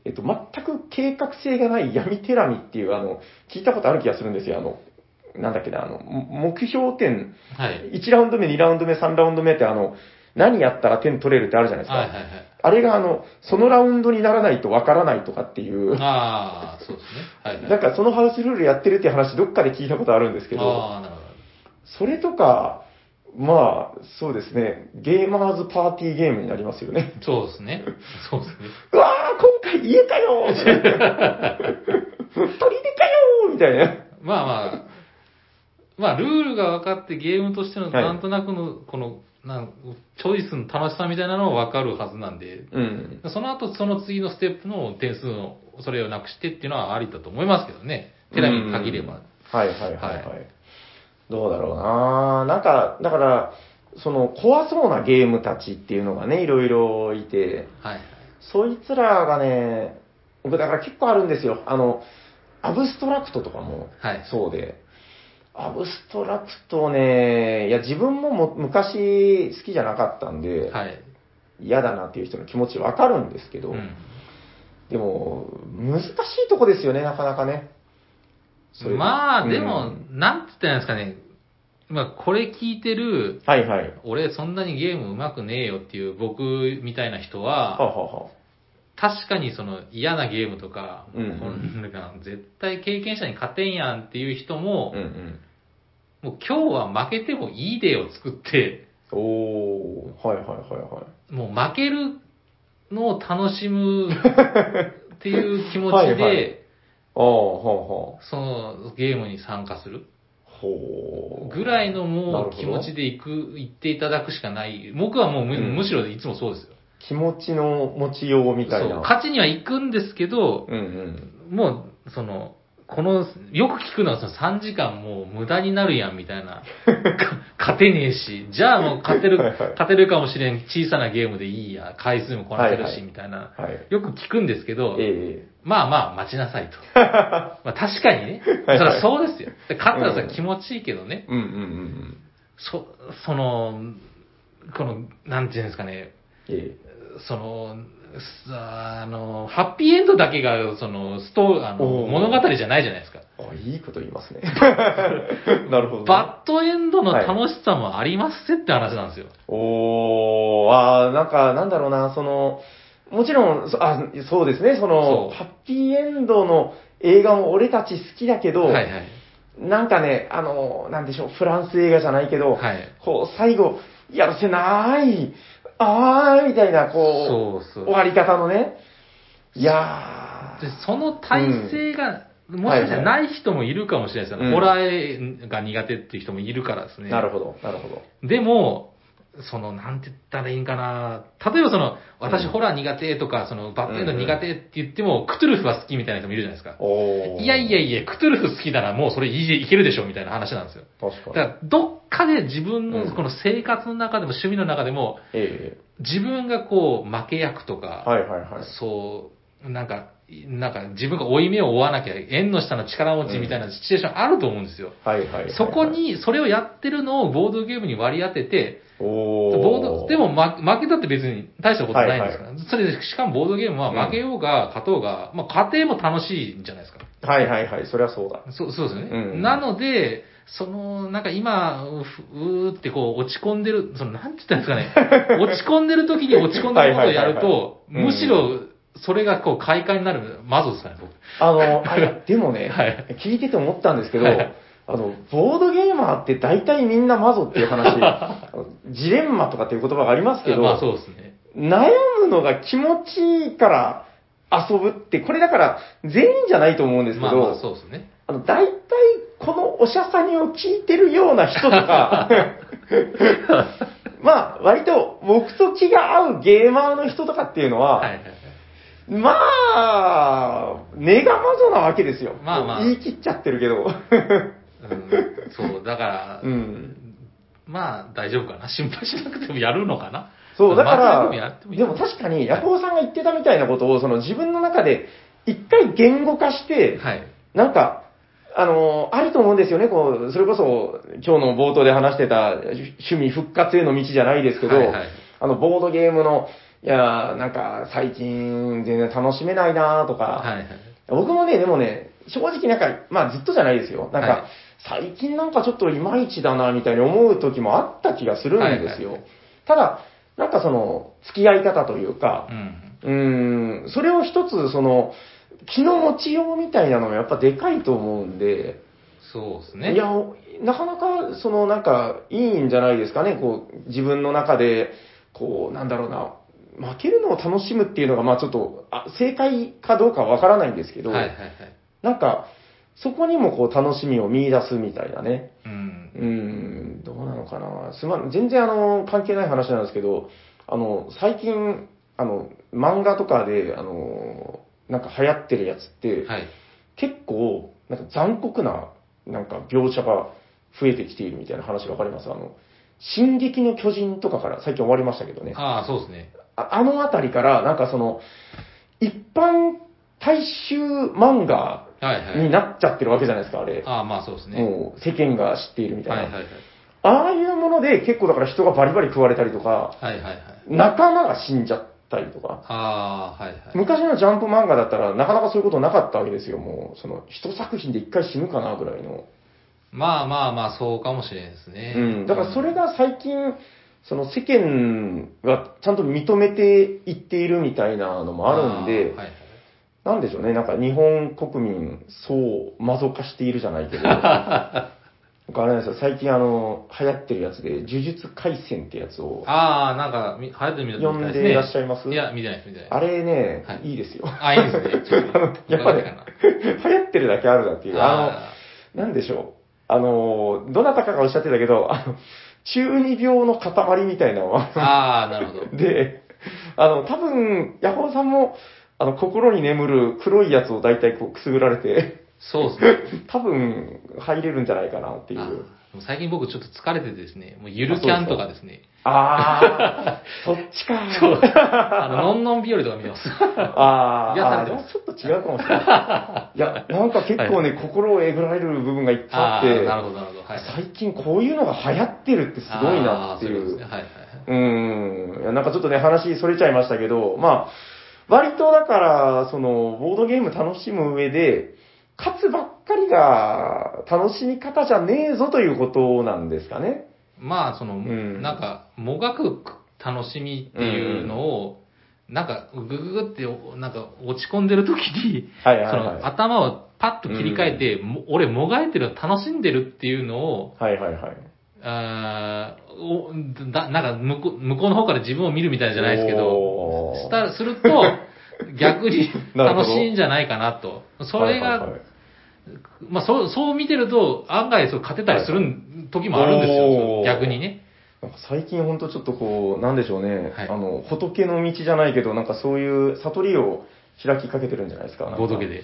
全く計画性がない闇テラミっていう、聞いたことある気がするんですよ。なんだっけな、目標点、 はい。 1ラウンド目、2ラウンド目、3ラウンド目って何やったら点取れるってあるじゃないですか。 はいはいはい。 あれがそのラウンドにならないとわからないとかっていう。 ああ、そうですね。はいはい。 なんかそのハウスルールやってるっていう話どっかで聞いたことあるんですけど。 ああ、なるほど。 それとか、まあ、そうですね。ゲーマーズパーティーゲームになりますよね。 そうですね。そうですね。 うわー、今回言えたよー鳥出たよーみたいな。 まあまあ、まあ、ルールが分かってゲームとしてのなんとなくの、この、チョイスの楽しさみたいなのは分かるはずなんで、 うん。 その後、その次のステップの点数の、それをなくしてっていうのはありだと思いますけどね。テラミに限れば。 はいはいはいはい。どうだろうななんか、だから、怖そうなゲームたちっていうのがね、いろいろいて、 はい。 そいつらがね、僕だから結構あるんですよ。アブストラクトとかもはい。 そうで、アブストラクトね、いや自分も昔好きじゃなかったんで、 はい。 嫌だなっていう人の気持ちわかるんですけど、 うん。 でも、難しいとこですよね、なかなかね。 まあ、でも、なんて言ったらいいんですかね。まあ、これ聞いてる、 はいはい。 俺そんなにゲーム上手くねえよっていう僕みたいな人は、 はあ、はあはあ、 確かにその嫌なゲームとか、 うんうんこんな絶対経験者に勝てんやんっていう人も、 うんうん。 もう今日は負けてもいいデーを作って、 おー、はいはいはいはい。 もう負けるのを楽しむっていう気持ちで、 はいはい、ああ、はあはあ。 そのゲームに参加するほぐらいのもう気持ちで。 で行っていただくしかない。僕はもうむしろいつもそうですよ。 気持ちの持ちようみたいな。 そう、勝ちには行くんですけど、 うんうん。 もう、よく聞くのはその3時間もう無駄になるやんみたいな。勝てねえし、じゃあもう勝てる、 はいはい勝てるかもしれん小さなゲームでいいや、回数もこなせるし、 はいはいみたいな。 はいよく聞くんですけど、 えまあまあ待ちなさいと。まあ確かにね。そはいはいりゃそうですよ。で勝ったらさ気持ちいいけどね。 うんうんうんうん。 その、この、なんていうんですかね、 えその、ハッピーエンドだけが、物語じゃないじゃないですか。 いいこと言いますね。なるほど、ね。 バッドエンドの楽しさもありますって話なんですよ。 なんか、なんだろうな、もちろん、そうですね、ハッピーエンドの映画も俺たち好きだけど、 はいはい。 なんかね、なんでしょう、フランス映画じゃないけど、 はい、 こう、最後、やるせない、みたいな、終わり方のね。いやー。で、その体制が、もしかしたらない人もいるかもしれないですよね。ホラーが苦手っていう人もいるからですね。 なるほど、なるほど。 でも、なんて言ったらいいんかな。例えば私ホラー苦手とか、バッドエンド苦手って言っても、クトゥルフは好きみたいな人もいるじゃないですか。いやいやいや、クトゥルフ好きならもうそれいけるでしょみたいな話なんですよ。 確かに。 だから、どっかで自分のこの生活の中でも趣味の中でも、自分が負け役とか、なんか自分が負い目を負わなきゃ、縁の下の力持ちみたいなシチュエーションあると思うんですよ。そこに、それをやってるのをボードゲームに割り当てて、でも負けたって別に大したことないんですから。それで、しかもボードゲームは負けようが勝とうが、家庭も楽しいんじゃないですか。 はいはいはい、それはそうだ。 そうですよね。なので、なんか今、って落ち込んでる、なんて言ったんですかね。落ち込んでる時に落ち込んでることをやると、むしろ、それが快感になるマゾですかね、僕。 でもね、聞いてて思ったんですけど、ボードゲーマーって大体みんなマゾっていう話、ジレンマとかっていう言葉がありますけど、 まあそうですね。 悩むのが気持ちいいから遊ぶって、これだから全員じゃないと思うんですけど、 まあそうですね。 大体このおしゃさにを聞いてるような人とか、まあ割と僕と気が合うゲーマーの人とかっていうのは、まあ、根がマゾなわけですよ。まあ、言い切っちゃってるけど。 そう、だから、まあ大丈夫かな。心配しなくてもやるのかな。 そう、だから、でも確かに、ヤコウさんが言ってたみたいなことを、自分の中で一回言語化して、なんか、あると思うんですよね。それこそ、今日の冒頭で話してた趣味復活への道じゃないですけど、ボードゲームのいやー、なんか、最近、全然楽しめないなーとか、 はいはい。 僕もね、でもね、正直なんか、まあずっとじゃないですよ。なんか、 はい最近なんかちょっといまいちだな、みたいに思う時もあった気がするんですよ。 はいはいはいただ、なんかその、付き合い方というか、 うん。 それを一つ、その、気の持ちようみたいなのがやっぱでかいと思うんで、 そうですね。 いや、なかなか、その、なんか、いいんじゃないですかね、こう、自分の中で、こう、なんだろうな、負けるのを楽しむっていうのが、まあちょっと、正解かどうかわからないんですけど、 はいはいはい。 なんか、そこにもこう、楽しみを見出すみたいなね。 うん。 どうなのかな。全然関係ない話なんですけど、最近、漫画とかで、なんか流行ってるやつって、 はい。 結構、なんか残酷な、なんか描写が増えてきているみたいな話わかります進撃の巨人とかから最近終わりましたけどね。 ああ、そうですね。 あのあたりから、なんかその、一般大衆漫画はいはい。 になっちゃってるわけじゃないですか、あれ。 ああ、まあそうですね。 もう世間が知っているみたいな。 はいはいはい。 ああいうもので結構だから人がバリバリ食われたりとか、 はいはいはい。 仲間が死んじゃったりとか。 ああ、はいはい。 昔のジャンプ漫画だったらなかなかそういうことなかったわけですよ。もう、その、一作品で一回死ぬかなぐらいの。 まあまあまあ、そうかもしれないですね。 うん。だからそれが最近、その世間がちゃんと認めていっているみたいなのもあるんで、 はいはい。 なんでしょうね。なんか日本国民、そう、マゾ化しているじゃないけど、なんかあれなんですよ、最近流行ってるやつで、呪術廻戦ってやつをああ、なんか、流行ってるみたい読んですね。 でいらっしゃいますいや、見てないです、見てないです。 あれね、 はいいいですよ。 あ、いいですね。ちょっと、 やっぱねかな。 流行ってるだけあるなっていう、 あなんでしょう。どなたかがおっしゃってたけど、中二病の塊みたいなのは、 あ、なるほど。 で、多分、ヤホーさんも、心に眠る黒いやつを大体こうくすぐられて、 そうですね。 多分、入れるんじゃないかなっていう。 でも最近僕ちょっと疲れてですね、もうゆるキャンとかですね。 ああ、そっちか。 そう。のんのん日和とか見てます。 あ癒されてあ、 ます。 ちょっと違うかもしれない。いや、なんか結構ね、心をえぐられる部分がいっぱいあって、 なるほど、なるほど。はい、 最近こういうのが流行ってるってすごいなっていう。 そうですね。はいはい。 いやなんかちょっとね、話それちゃいましたけど、まあ、割とだから、その、ボードゲーム楽しむ上で、勝つばっかりが楽しみ方じゃねえぞということなんですかね。 まあ、なんか、もがく楽しみっていうのを、なんか、ぐぐぐって、なんか、落ち込んでる時に、その、頭をパッと切り替えて、俺、もがいてるの楽しんでるっていうのを、 はいはいはい。 なんか向こうの方から自分を見るみたいじゃないですけど、すると、逆に楽しいんじゃないかなと。それが、まあそう見てると、案外勝てたりする時もあるんですよ、逆にね。 なんか最近ほんとちょっとこう、なんでしょうね、 はい、 仏の道じゃないけど、なんかそういう悟りを開きかけてるんじゃないですか。 ボドゲで。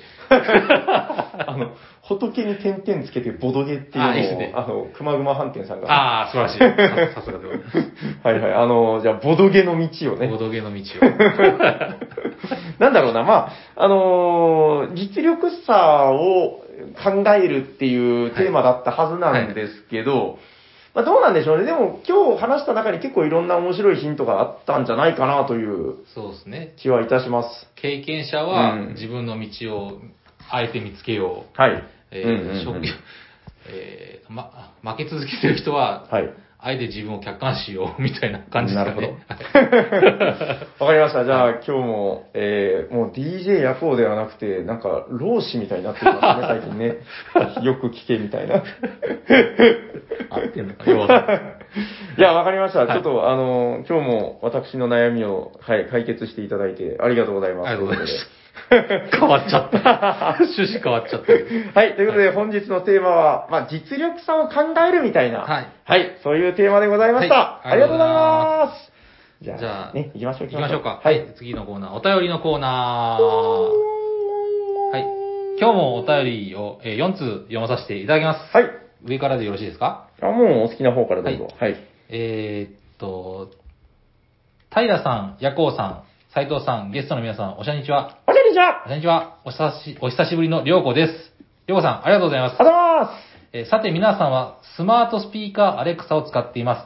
仏に点々つけてボドゲっていうのを、 いいですね、 くまぐま飯店さんが。 ああ、素晴らしい。さすがでございます。 はいはい。じゃあ、ボドゲの道をね。 ボドゲの道を。 なんだろうな、まあ、実力差を考えるっていうテーマだったはずなんですけど、まあ、どうなんでしょうね。でも今日話した中に結構いろんな面白いヒントがあったんじゃないかなというそうですね。 気はいたします。 経験者は自分の道をあえて見つけよう。 はい。 負け続けてる人は、 はい、 あえて自分を客観視しようみたいな感じですかね。 なるほど。わかりました。じゃあ、今日も、もう DJ 夜行ではなくて、なんか、老子みたいになってきましたね、最近ね。よく聞けみたいな。 合ってんのかよ。 いや、わかりました。ちょっと、今日も私の悩みを、解決していただいてありがとうございます。 ありがとうございます。変わっちゃった。趣旨変わっちゃった。 はい、ということで、本日のテーマは、まあ、実力差を考えるみたいな、はい、そういうテーマでございました。ありがとうございます。じゃあ、ね、行きましょうか。 はい、次のコーナー、お便りのコーナー。はい、今日もお便りを4通読まさせていただきます。 はい。 上からでよろしいですか？ もうお好きな方からどうぞ。はい。 平さん、ヤコウさん、斉藤さん、ゲストの皆さん、おしゃにちは。 おしゃにちは。 おしゃにちは。お久しぶりのりょうこです。りょうこさん、ありがとうございます。 ありがとうございます。 さて皆さんはスマートスピーカーアレクサを使っていますか？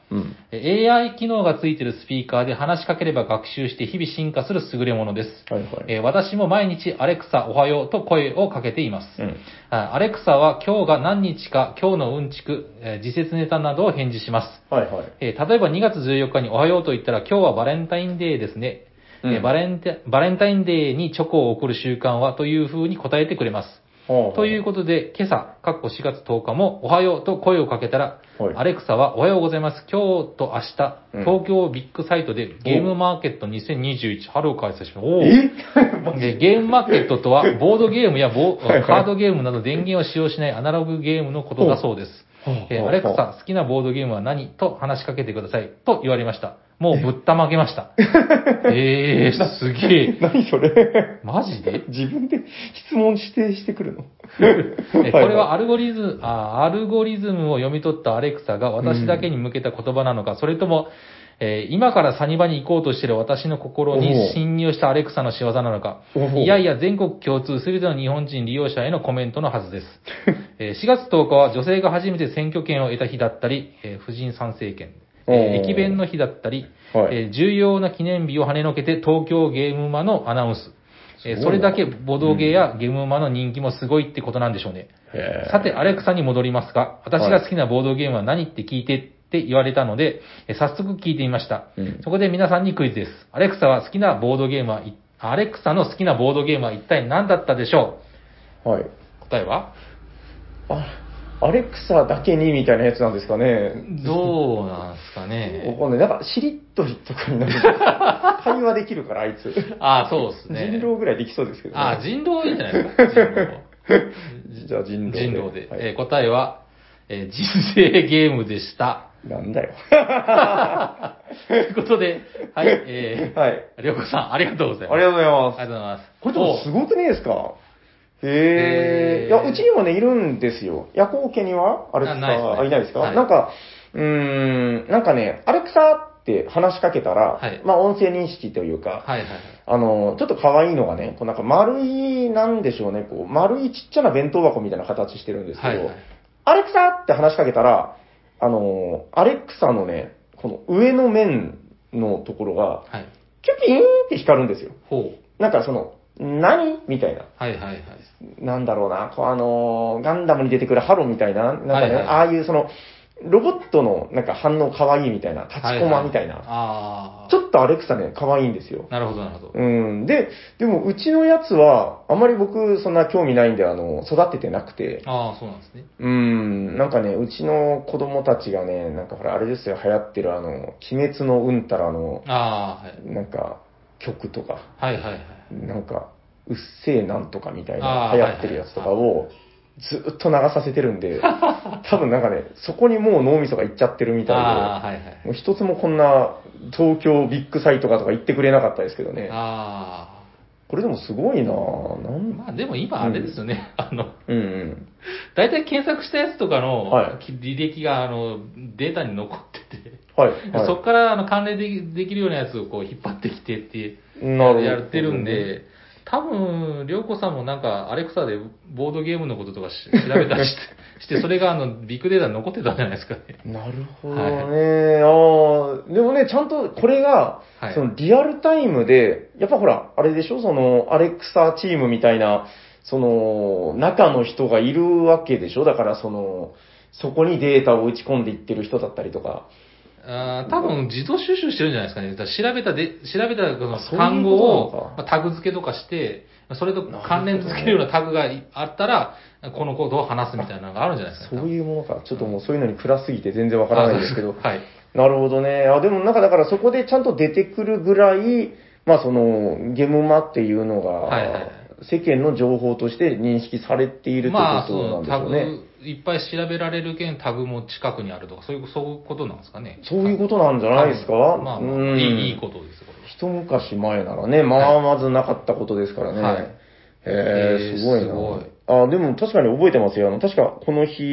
うん。 AI 機能がついているスピーカーで話しかければ学習して日々進化する優れものです。 はいはい。 私も毎日アレクサおはようと声をかけています。 うん。 アレクサは今日が何日か、今日のうんちく、時節ネタなどを返事します。 はいはい。 例えば2月14日におはようと言ったら今日はバレンタインデーですね。バレンタインデーにチョコを送る習慣はという風に答えてくれます。ということで、今朝、4月10日もおはようと声をかけたら、 はい、 アレクサはおはようございます。今日と明日、東京ビッグサイトでゲームマーケット2021春を開催します。ゲームマーケットとは、ボードゲームやカードゲームなど電源を使用しないアナログゲームのことだそうです。アレクサ、好きなボードゲームは何と話しかけてください。と言われました。もうぶったまげました。すげえ。 何それマジで自分で質問してくるのこれはアルゴリズムを読み取ったアレクサが私だけに向けた言葉なのか、それとも、今からサニバに行こうとしている私の心に侵入したアレクサの仕業なのか、いやいや全国共通すべての日本人利用者へのコメントのはずです。4月10日は女性が初めて選挙権を得た日だったり、婦人参政権。駅弁の日だったり、重要な記念日を跳ねのけて東京ゲームマのアナウンス。それだけボドゲやゲームマの人気もすごいってことなんでしょうね。さて、アレクサに戻りますが、私が好きなボードゲームは何って聞いてって言われたので、早速聞いてみました。そこで皆さんにクイズです。アレクサの好きなボードゲームは一体何だったでしょう？はい。答えは？ アレクサだけにみたいなやつなんですかね。 どうなんですかね。 わかんない。なんか、しりっとりとかになる。会話できるから、あいつ。 そうですね。 人狼ぐらいできそうですけどね。 人狼いいんじゃないですか。人狼。 じゃあ人狼で。はい、答えは、人生ゲームでした。 なんだよ。 ということで、はい、 はい。 りょうこさん、ありがとうございます。 ありがとうございます。 ありがとうございます。 これでもすごくねえですか？いや、うちにもね、いるんですよ。夜行家にはアレクサ、いないですか？はい、なんかね、アレクサって話しかけたら、はい、まあ音声認識というか、 はいはい、 ちょっと可愛いのがね、こうなんか丸い、なんでしょうね、こう、丸いちっちゃな弁当箱みたいな形してるんですけど、はいはい、アレクサって話しかけたら、アレクサのね、この上の面のところが、はい、キュピーンって光るんですよ。 ほう。 なんかその、何みたいな。 はいはいはい。 なんだろうな、ガンダムに出てくるハロみたいな、なんかね、はいはい、ああいうその、ロボットのなんか反応可愛いみたいな、立ちコマみたいな。 はいはい、 ちょっとアレクサね、可愛いんですよ。 なるほどなるほど。 うん。でもうちのやつは、あまり僕そんな興味ないんで、育ててなくて。 そうなんですね。 なんかね、うちの子供たちがね、なんかほら、あれですよ、流行ってる鬼滅のうんたらの、 はい、 なんか、曲とか。 はいはいはい。 なんか、うっせぇなんとかみたいな流行ってるやつとかをずっと流させてるんで、多分なんかね、そこにもう脳みそがいっちゃってるみたいで、 はいはい、 もう一つもこんな東京ビッグサイトかとか言ってくれなかったですけどね。これでもすごいなぁ。 まあでも今あれですよね、 大体検索したやつとかの履歴がデータに残ってて、 はいはい、そこから関連できるようなやつをこう引っ張ってきてってやってるんで、多分、りょうこさんもなんか、アレクサでボードゲームのこととか調べたりして、それがビッグデータに残ってたんじゃないですかね。 なるほどね。でもね、ちゃんとこれが、そのリアルタイムで、やっぱほら、あれでしょ、その、アレクサチームみたいな、その、中の人がいるわけでしょ。だからそこにデータを打ち込んでいってる人だったりとか。 多分自動収集してるんじゃないですかね。調べたこの単語をタグ付けとかして、それと関連付けるようなタグがあったら、このコードを話すみたいなのがあるんじゃないですかね。 そういうものか。ちょっともうそういうのに暗すぎて全然わからないですけど。 はい。 なるほどね。でもなんかだからそこでちゃんと出てくるぐらい、まあその、ゲムマっていうのが、世間の情報として認識されているってことなんですよね。 タグいっぱい調べられるけんタグも近くにあるとか、そういうことなんですかね。 そういうことなんじゃないですか。 いいことです、これ。 一昔前ならね、まずなかったことですからね。はい、すごいな。でも確かに覚えてますよ。確かこの日、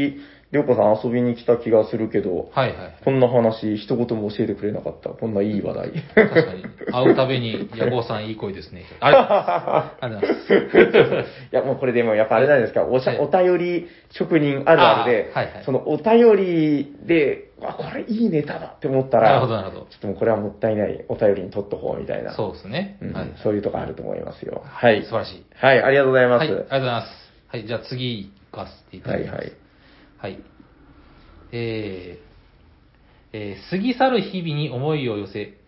りょうこさん遊びに来た気がするけど、 はいはい。 こんな話、一言も教えてくれなかった。こんないい話題。 確かに。会うたびに、ヤコウさんいい声ですね。ありがとうございます。ありがとうございます。 いや、もうこれでもやっぱあれなんですか、お便り職人あるあるで、 はいはい、 そのお便りで、これいいネタだって思ったら、 なるほどなるほど。 ちょっともうこれはもったいない、お便りに取っとこうみたいな。 そうですね。 はい。そういうとこあると思いますよ。はい。 素晴らしい。 はい、ありがとうございます。 はい、ありがとうございます。はい、じゃあ次行かせていただきます。はいはい。はい。過ぎ去る日々に思いを寄せて、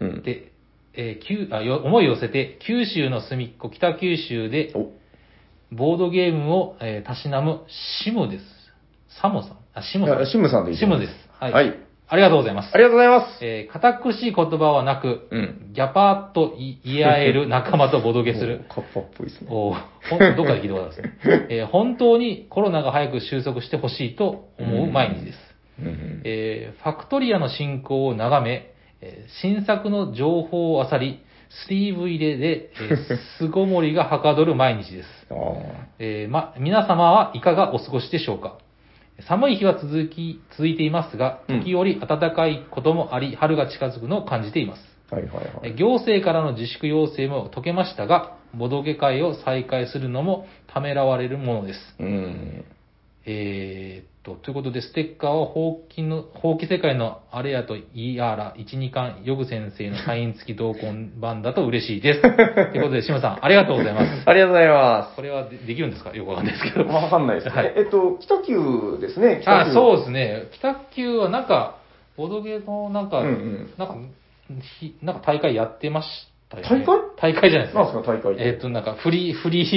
思いを寄せて、九州の隅っこ、北九州で、ボードゲームを、たしなむシムです。サモさんシムさん。 シムさんでいいシムです。 はい。はい。 ありがとうございます。 ありがとうございます。 堅苦しい言葉はなく、ギャパーっと言い合える仲間とボドゲする。 カッパっぽいですね。 どっかで聞いたことあるんですね。本当にコロナが早く収束してほしいと思う毎日です。ファクトリアの進行を眺め、新作の情報を漁り、スリーブ入れで、巣ごもりがはかどる毎日です。皆様はいかがお過ごしでしょうか。寒い日は続いていますが、時折暖かいこともあり、春が近づくのを感じています。行政からの自粛要請も解けましたが、ボドゲ会を再開するのもためらわれるものです。ということで、ステッカーは放棄世界のあれやと言いやら、1、2巻、ヨグ先生のサイン付き同梱版だと嬉しいです。ということで、シムさん、ありがとうございます。 ありがとうございます。 これはできるんですかよくわかんないですけど。 わかんないですね。はい、北九ですね。 そうですね。北九はなんか、ボドゲのなんか大会やってましたよね。大会じゃないですか。 なんですか、大会。 なんかフリ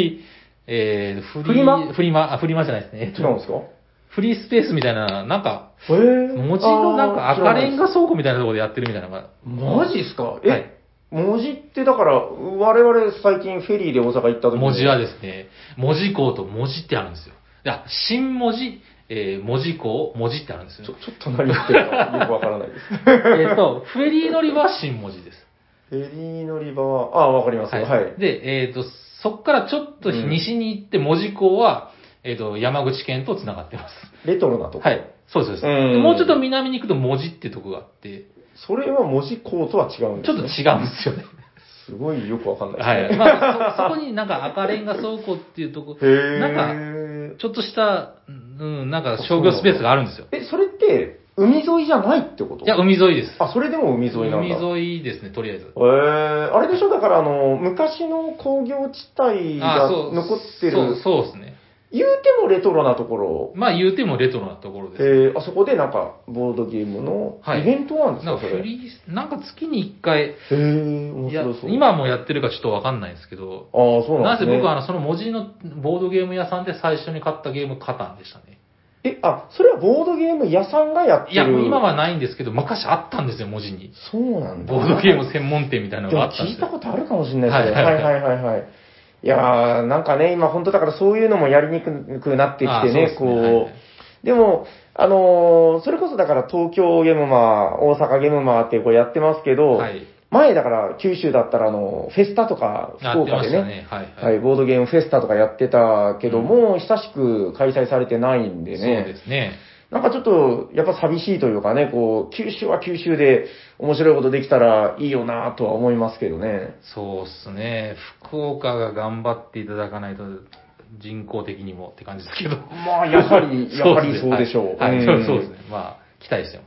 マじゃないですね。 違うんですかフリースペースみたいな、なんか、文字のなんか赤レンガ倉庫みたいなところでやってるみたいな。 マジっすかはい。文字ってだから、我々最近フェリーで大阪行った時に。 文字はですね、文字港と文字ってあるんですよ。いや、新文字、文字港、文字ってあるんですよ。 ちょっと何言ってるかよくわからないです。 フェリー乗り場は新文字です。 フェリー乗り場は、わかりますよ。はい。 で、そっからちょっと西に行って文字港は、山口県と繋がってます。 レトロなとこ。 はい。そうです。もうちょっと南に行くと文字ってとこがあって。 それは文字港とは違うんですね。 ちょっと違うんですよね。 すごいよくわかんないですね。はい。そこになんか赤レンガ倉庫っていうとこ、なんか、ちょっとした、なんか商業スペースがあるんですよ。 それって、海沿いじゃないってこと？ いや、海沿いです。 それでも海沿いなんだ。 海沿いですね、とりあえず。 あれでしょだから昔の工業地帯が残ってる。 そうですね。 言うてもレトロなところ。 言うてもレトロなところです、 あそこでなんか、ボードゲームのイベントなんですか、それ。 なんか月に1回。 面白そう。 今もやってるかちょっとわかんないんですけど。 そうなんですね。 なぜ僕はその文字のボードゲーム屋さんで最初に買ったゲームカタンでしたね。 それはボードゲーム屋さんがやってる？ いや、今はないんですけど、昔あったんですよ、文字に。 そうなんだ。 ボードゲーム専門店みたいなのがあったんですよ。 聞いたことあるかもしれないですね。はい。いやー、なんかね、今本当だからそういうのもやりにくくなってきてね、でも、それこそだから東京ゲームマー、大阪ゲームマーってやってますけど、前だから九州だったらフェスタとか福岡でね、ボードゲームフェスタとかやってたけども、久しく開催されてないんでね。 そうですね。 なんかちょっと、やっぱ寂しいというかね、九州は九州で面白いことできたらいいよなとは思いますけどね。 そうっすね。福岡が頑張っていただかないと、人口的にもって感じですけど。 やはりそうでしょう。 そうですね。期待してます。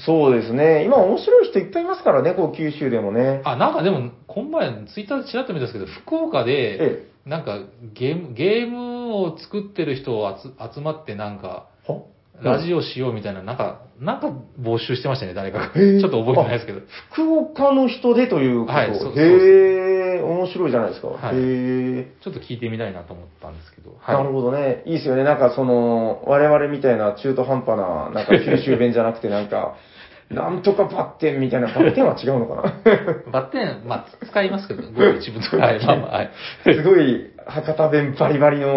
そうですね。今面白い人いっぱいいますからね、九州でもね。 なんかでも、この前ツイッターでちらっと見たんですけど、福岡で、なんかゲームを作ってる人を集まってなんか、ラジオしようみたいな、なんか募集してましたね、誰かが。ちょっと覚えてないですけど。 福岡の人でということ。 そうです。 面白いじゃないですか。 ちょっと聞いてみたいなと思ったんですけど。 なるほどね。いいですよね。なんか我々みたいな中途半端な、なんか九州弁じゃなくてなんか、なんとかバッテンみたいな、バッテンは違うのかなバッテン、使いますけど、ごく一部とか。 すごい、博多弁バリバリの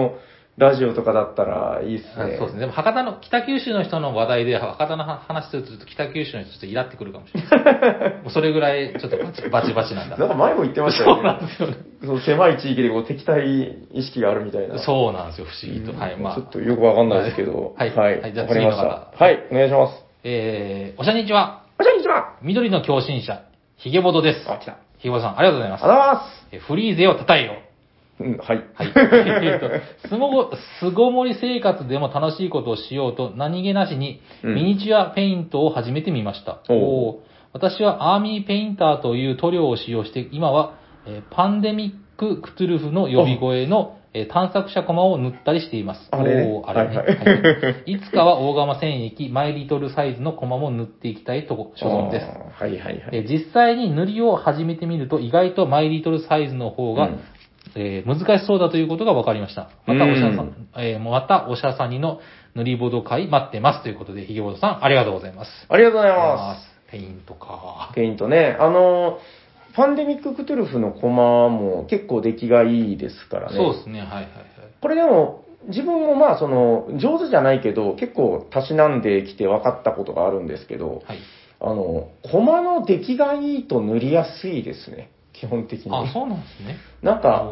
ラジオとかだったらいいっすね。 そうですね。でも博多の、北九州の人の話題で博多の話するとちょっと北九州の人ちょっとイラってくるかもしれない。もうそれぐらいちょっとバチバチなんだ。 なんか前も言ってましたよね。 そうなんですよね。 そう狭い地域でこう敵対意識があるみたいな。 そうなんですよ、不思議と。はい、まあ。 ちょっとよくわかんないですけど。 はい。 はい。 はい、じゃあわかりました。はい、お願いします。 おしゃにちは。 おしゃにちは。 緑の共振者、ヒゲボドです。 あ、来た。 ヒゲボドさん、ありがとうございます。 ありがとうございます。フリーゼを叩えよ。 うん、はい。 はい。巣ごもり生活でも楽しいことをしようと何気なしにミニチュアペイントを始めてみました。私はアーミーペインターという塗料を使用して、今は、パンデミック・クトゥルフの呼び声の探索者コマを塗ったりしています。 あれね。 あれね。はい、いつかは大釜戦役、マイリトルサイズのコマも塗っていきたいと所存です。 はいはいはい。 実際に塗りを始めてみると、意外とマイリトルサイズの方が、難しそうだということが分かりました。またおしゃさにの塗りボド会待ってますということで、ひげぼどさん、ありがとうございます。 ありがとうございます。 ペイントか。 ペイントね。パンデミック・クトゥルフのコマも結構出来がいいですからね。 そうですね、はいはいはい。 これでも、自分もまあ上手じゃないけど、結構たしなんできて分かったことがあるんですけど、 はい、 コマの出来がいいと塗りやすいですね。基本的に。 あ、そうなんですね。 なんか、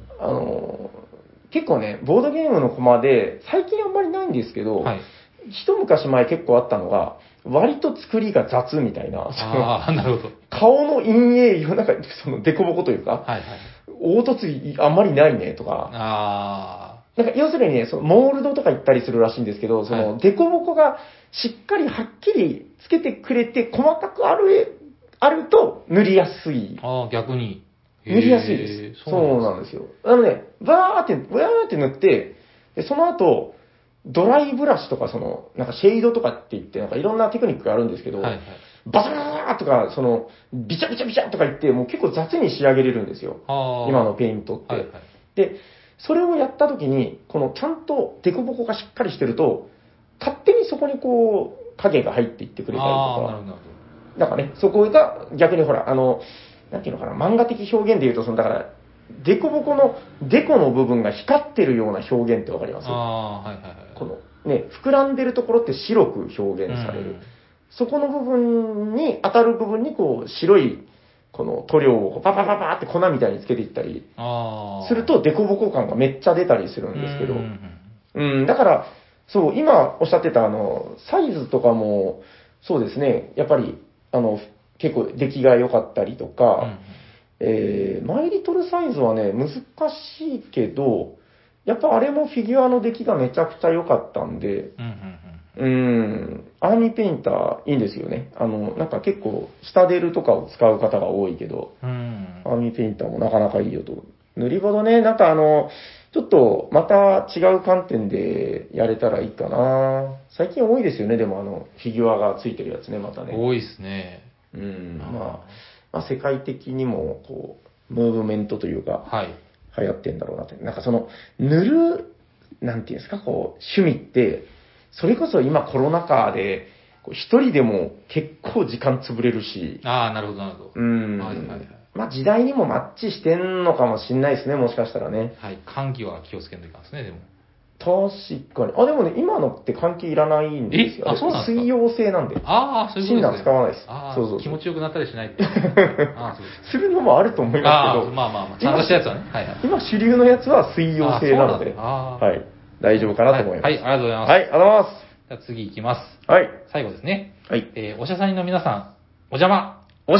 結構ね、ボードゲームのコマで、最近あんまりないんですけど、 はい、 一昔前結構あったのが、割と作りが雑みたいな。 なるほど。 顔の陰影、なんか、デコボコというか、 はいはい、 凹凸あんまりないねとか、なんか要するにね、モールドとか言ったりするらしいんですけど、デコボコがしっかりはっきりつけてくれて、細かくあると塗りやすい。 逆に。 塗りやすいです。そうなんですよ。バーって塗って、でその後、ドライブラシとか、なんかシェードとかって言って、なんかいろんなテクニックがあるんですけど、 はいはい、 バサーとか、ビチャビチャビチャとか言って、もう結構雑に仕上げれるんですよ。今のペイントって。 はいはい、 で、それをやった時に、ちゃんとデコボコがしっかりしてると、勝手にそこにこう、影が入っていってくれたりとか、なんかね、そこが逆にほら、なんていうのかな、漫画的表現で言うと、だから、デコボコの、デコの部分が光ってるような表現ってわかります？ はいはいはい。 このね、膨らんでるところって白く表現される。そこの部分に、当たる部分にこう、白い、この塗料をパパパパって粉みたいにつけていったりすると、デコボコ感がめっちゃ出たりするんですけど、だから、そう、今おっしゃってたサイズとかも、そうですね、やっぱり、結構出来が良かったりとか、マイリトルサイズはね、難しいけど、やっぱあれもフィギュアの出来がめちゃくちゃ良かったんで、アーミーペインターいいんですよね。なんか結構、シタデルとかを使う方が多いけど、アーミーペインターもなかなかいいよと。塗りボドね、なんかちょっとまた違う観点でやれたらいいかな。最近多いですよね、でもフィギュアがついてるやつね、またね。 多いですね。 まあ、世界的にも、こう、ムーブメントというか、 はい、 流行ってんだろうなって。なんか塗る、なんていうんですか、こう、趣味って、それこそ今コロナ禍で、一人でも結構時間潰れるし。 なるほど、なるほど。はいはいはい。 まあ時代にもマッチしてんのかもしんないですね、もしかしたらね。 はい、換気は気をつけないといけないですね、でも。 確かに。でもね、今のって換気いらないんですよ。 そうなんですか？ 水溶性なんで。 そういうことですね。 シンナー使わないです。 そう気持ちよくなったりしないって。そうするのもあると思いますけど。 まあ、ちゃんとしたやつはね。はいはい。 今主流のやつは水溶性なので、はい。大丈夫かなと思います。 はい、ありがとうございます。 はい、ありがとうございます。 じゃあ次行きます。 はい。 最後ですね。 はい。 おしゃさんの皆さん、お邪魔。はい。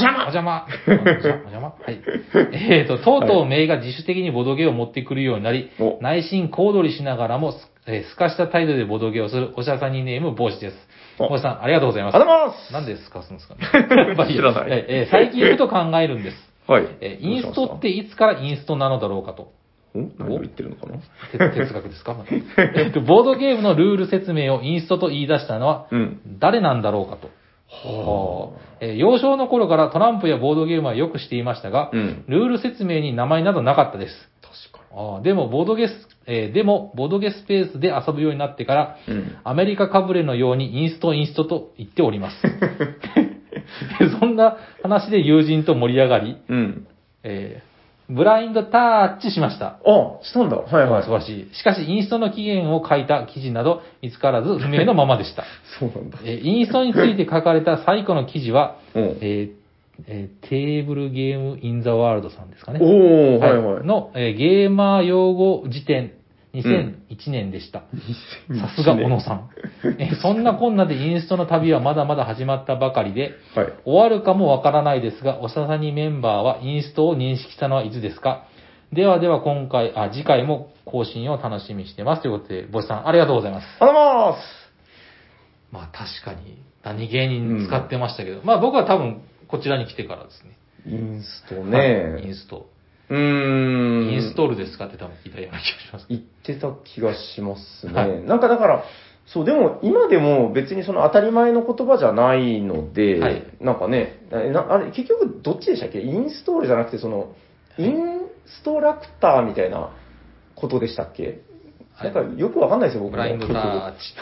とうとうメイが自主的にボドゲを持ってくるようになり、内心小躍りしながらも、すかした態度でボドゲをするおしゃさんにネーム帽子です。帽子さん、ありがとうございます。 ありがとうございます。 なんですかすんですかね。 知らない。 最近ふと考えるんです。 はい。 インストっていつからインストなのだろうかと。 何を言ってるのかな哲学ですかまたボードゲームのルール説明をインストと言い出したのは、誰なんだろうかと。幼少の頃からトランプやボードゲームはよくしていましたが、ルール説明に名前などなかったです。 確かに。でも、ボードゲスペースで遊ぶようになってから、アメリカかぶれのようにインストと言っております。そんな話で友人と盛り上がり、 ブラインドタッチしました。 したんだ。はいはい。 素晴らしい。しかし、インストの期限を書いた記事など見つからず不明のままでした。 そうなんだ。 インストについて書かれた最古の記事は、 テーブルゲームインザワールドさんですかね。 はいはい。 の、ゲーマー用語辞典2001年でした。さすが小野さん。そんなこんなでインストの旅はまだまだ始まったばかりで、終わるかもわからないですが、おささにメンバーはインストを認識したのはいつですか？ではでは次回も更新を楽しみにしてます。ということで、ボシさんありがとうございます。 ありがとうございます。 まあ確かに、何芸人使ってましたけど、まあ僕は多分こちらに来てからですね。 インストね。 インスト。インストールですかって多分聞いたような気がします。 言ってた気がしますね。なんかだから、そう、でも今でも別にその当たり前の言葉じゃないので、なんかね、あれ、結局どっちでしたっけ？インストールじゃなくて、インストラクターみたいなことでしたっけ？なんかよくわかんないですよ、僕ブラインドタッチ。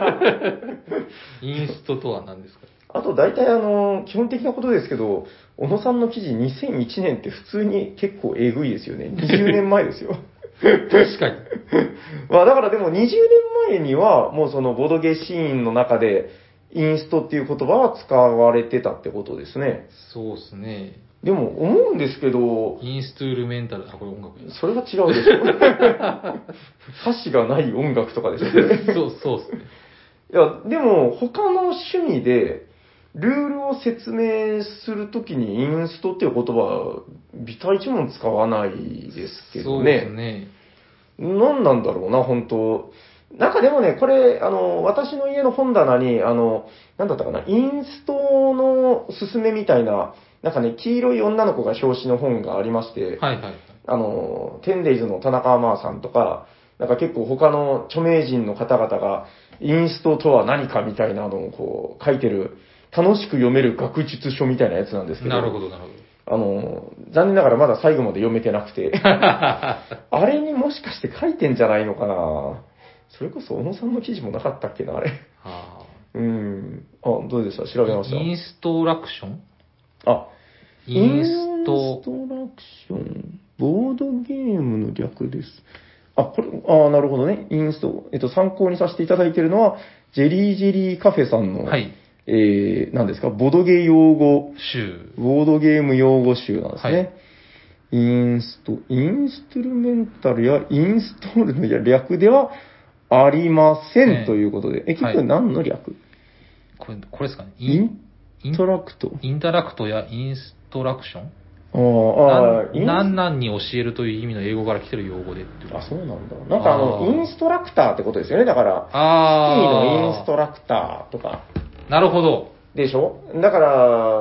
インストとは何ですか？ あと大体基本的なことですけど、小野さんの記事2001年って普通に結構えぐいですよね。20年前ですよ。 確かに。 まあだからでも20年前にはもうそのボドゲシーンの中でインストっていう言葉は使われてたってことですね。 そうですね。 でも思うんですけど、 インストゥルメンタル、これ音楽それは違うでしょ。歌詞がない音楽とかでしょ。 そうですね。 いや、でも他の趣味でルールを説明するときにインストっていう言葉、ビタ一文使わないですけどね。 そうですね。 何なんだろうな、本当なんかでもね、これ、私の家の本棚に、なんだったかな、インストのすすめみたいな、なんかね、黄色い女の子が表紙の本がありまして、 はいはい。 テンデイズの田中真さんとか、なんか結構他の著名人の方々が、インストとは何かみたいなのをこう書いてる、楽しく読める学術書みたいなやつなんですけど。 なるほど、なるほど。 残念ながらまだ最後まで読めてなくて。あれにもしかして書いてんじゃないのかな。それこそ小野さんの記事もなかったっけな、あれ。どうでした？調べました。 インストラクション？ インストラクション。ボードゲームの略です。なるほどね。インスト。参考にさせていただいているのは、ジェリージェリーカフェさんの、何ですか、ボードゲー用語集。ボードゲーム用語集なんですね。インストルメンタルやインストールの略ではありませんということで。結局何の略？ これですかね。 インタラクト。 インタラクトやインストラクション？何々に教えるという意味の英語から来てる用語でっていう。 そうなんだ。なんかインストラクターってことですよね。だから、スキーのインストラクターとか。 なるほど。 でしょ？だから、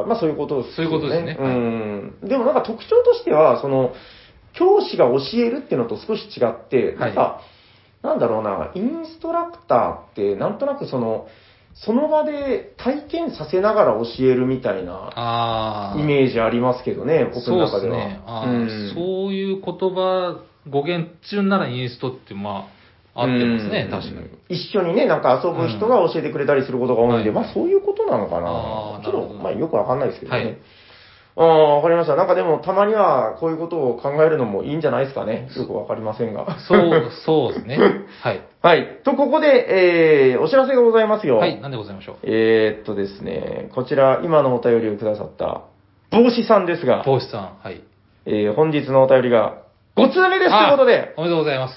まあそういうことですね。 そういうことですね。 でもなんか特徴としては、教師が教えるっていうのと少し違って、なんだろうな、インストラクターってなんとなくその場で体験させながら教えるみたいなイメージありますけどね、僕の中では。 そういう言葉、語源中ならインストって合ってますね、確かに。 一緒にね、なんか遊ぶ人が教えてくれたりすることが多いんで、そういうことなのかな。ちょっと、よくわかんないですけどね。わかりました。なんかでも、たまにはこういうことを考えるのもいいんじゃないですかね。よくわかりませんが。 そうですね。はい。 はい。と、ここで、お知らせがございますよ。 はい。なんでございましょう。 ですね、こちら、今のお便りをくださった、帽子さんですが。 帽子さん、はい。 本日のお便りが、5通目ですということで。 おめでとうございます。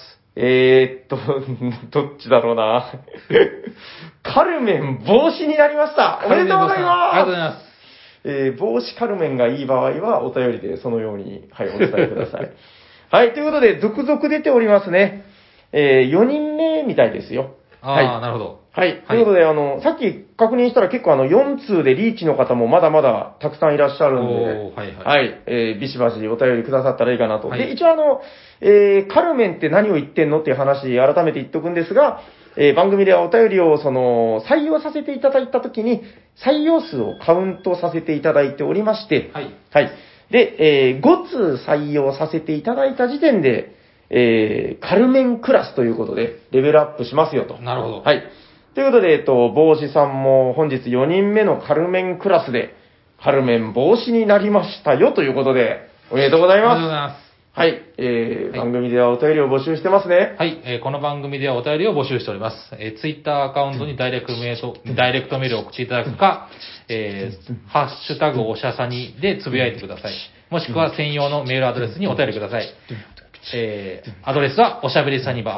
どっちだろうな。カルメン帽子になりました。おめでとうございます。 ありがとうございます。 帽子カルメンがいい場合は、お便りでそのように、お伝えください。はい、ということで、続々出ておりますね。4人目みたいですよ。 なるほど。 はい。ということで、さっき確認したら結構4通でリーチの方もまだまだたくさんいらっしゃるんで、ビシバシお便りくださったらいいかなと。で、一応カルメンって何を言ってんのっていう話、改めて言っとくんですが、番組ではお便りを採用させていただいたときに、採用数をカウントさせていただいておりまして、で、5通採用させていただいた時点で、カルメンクラスということで、レベルアップしますよと。 なるほど。 はい。ということで、帽子さんも本日4人目のカルメンクラスで、カルメン帽子になりましたよということで、おめでとうございます。 ありがとうございます。 はい。番組ではお便りを募集してますね。 はい。この番組ではお便りを募集しております。ツイッターアカウントにダイレクトメールを送っていただくか、ハッシュタグおしゃさにでつぶやいてください。もしくは専用のメールアドレスにお便りください。アドレスはおしゃべりサニバ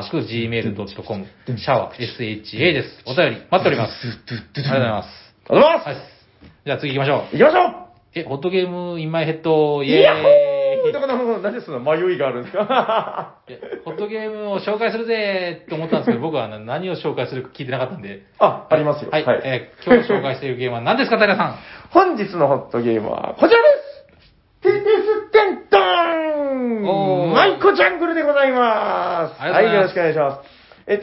@gmail.com シャワー SHA です。お便り待っております。ありがとうございます。 ありがとうございます。 はい。じゃあ次行きましょう。 行きましょう。 ホットゲームインマイヘッド、イエーイ。 イヤッホーだからもう何でそんな迷いがあるんですかホットゲームを紹介するぜって思ったんですけど、僕は何を紹介するか聞いてなかったんで。 ありますよ。 はい。今日紹介しているゲームは何ですか、平さん。 本日のホットゲームはこちらですテテステントーンマイコジャングルでございます。はい、よろしくお願いします。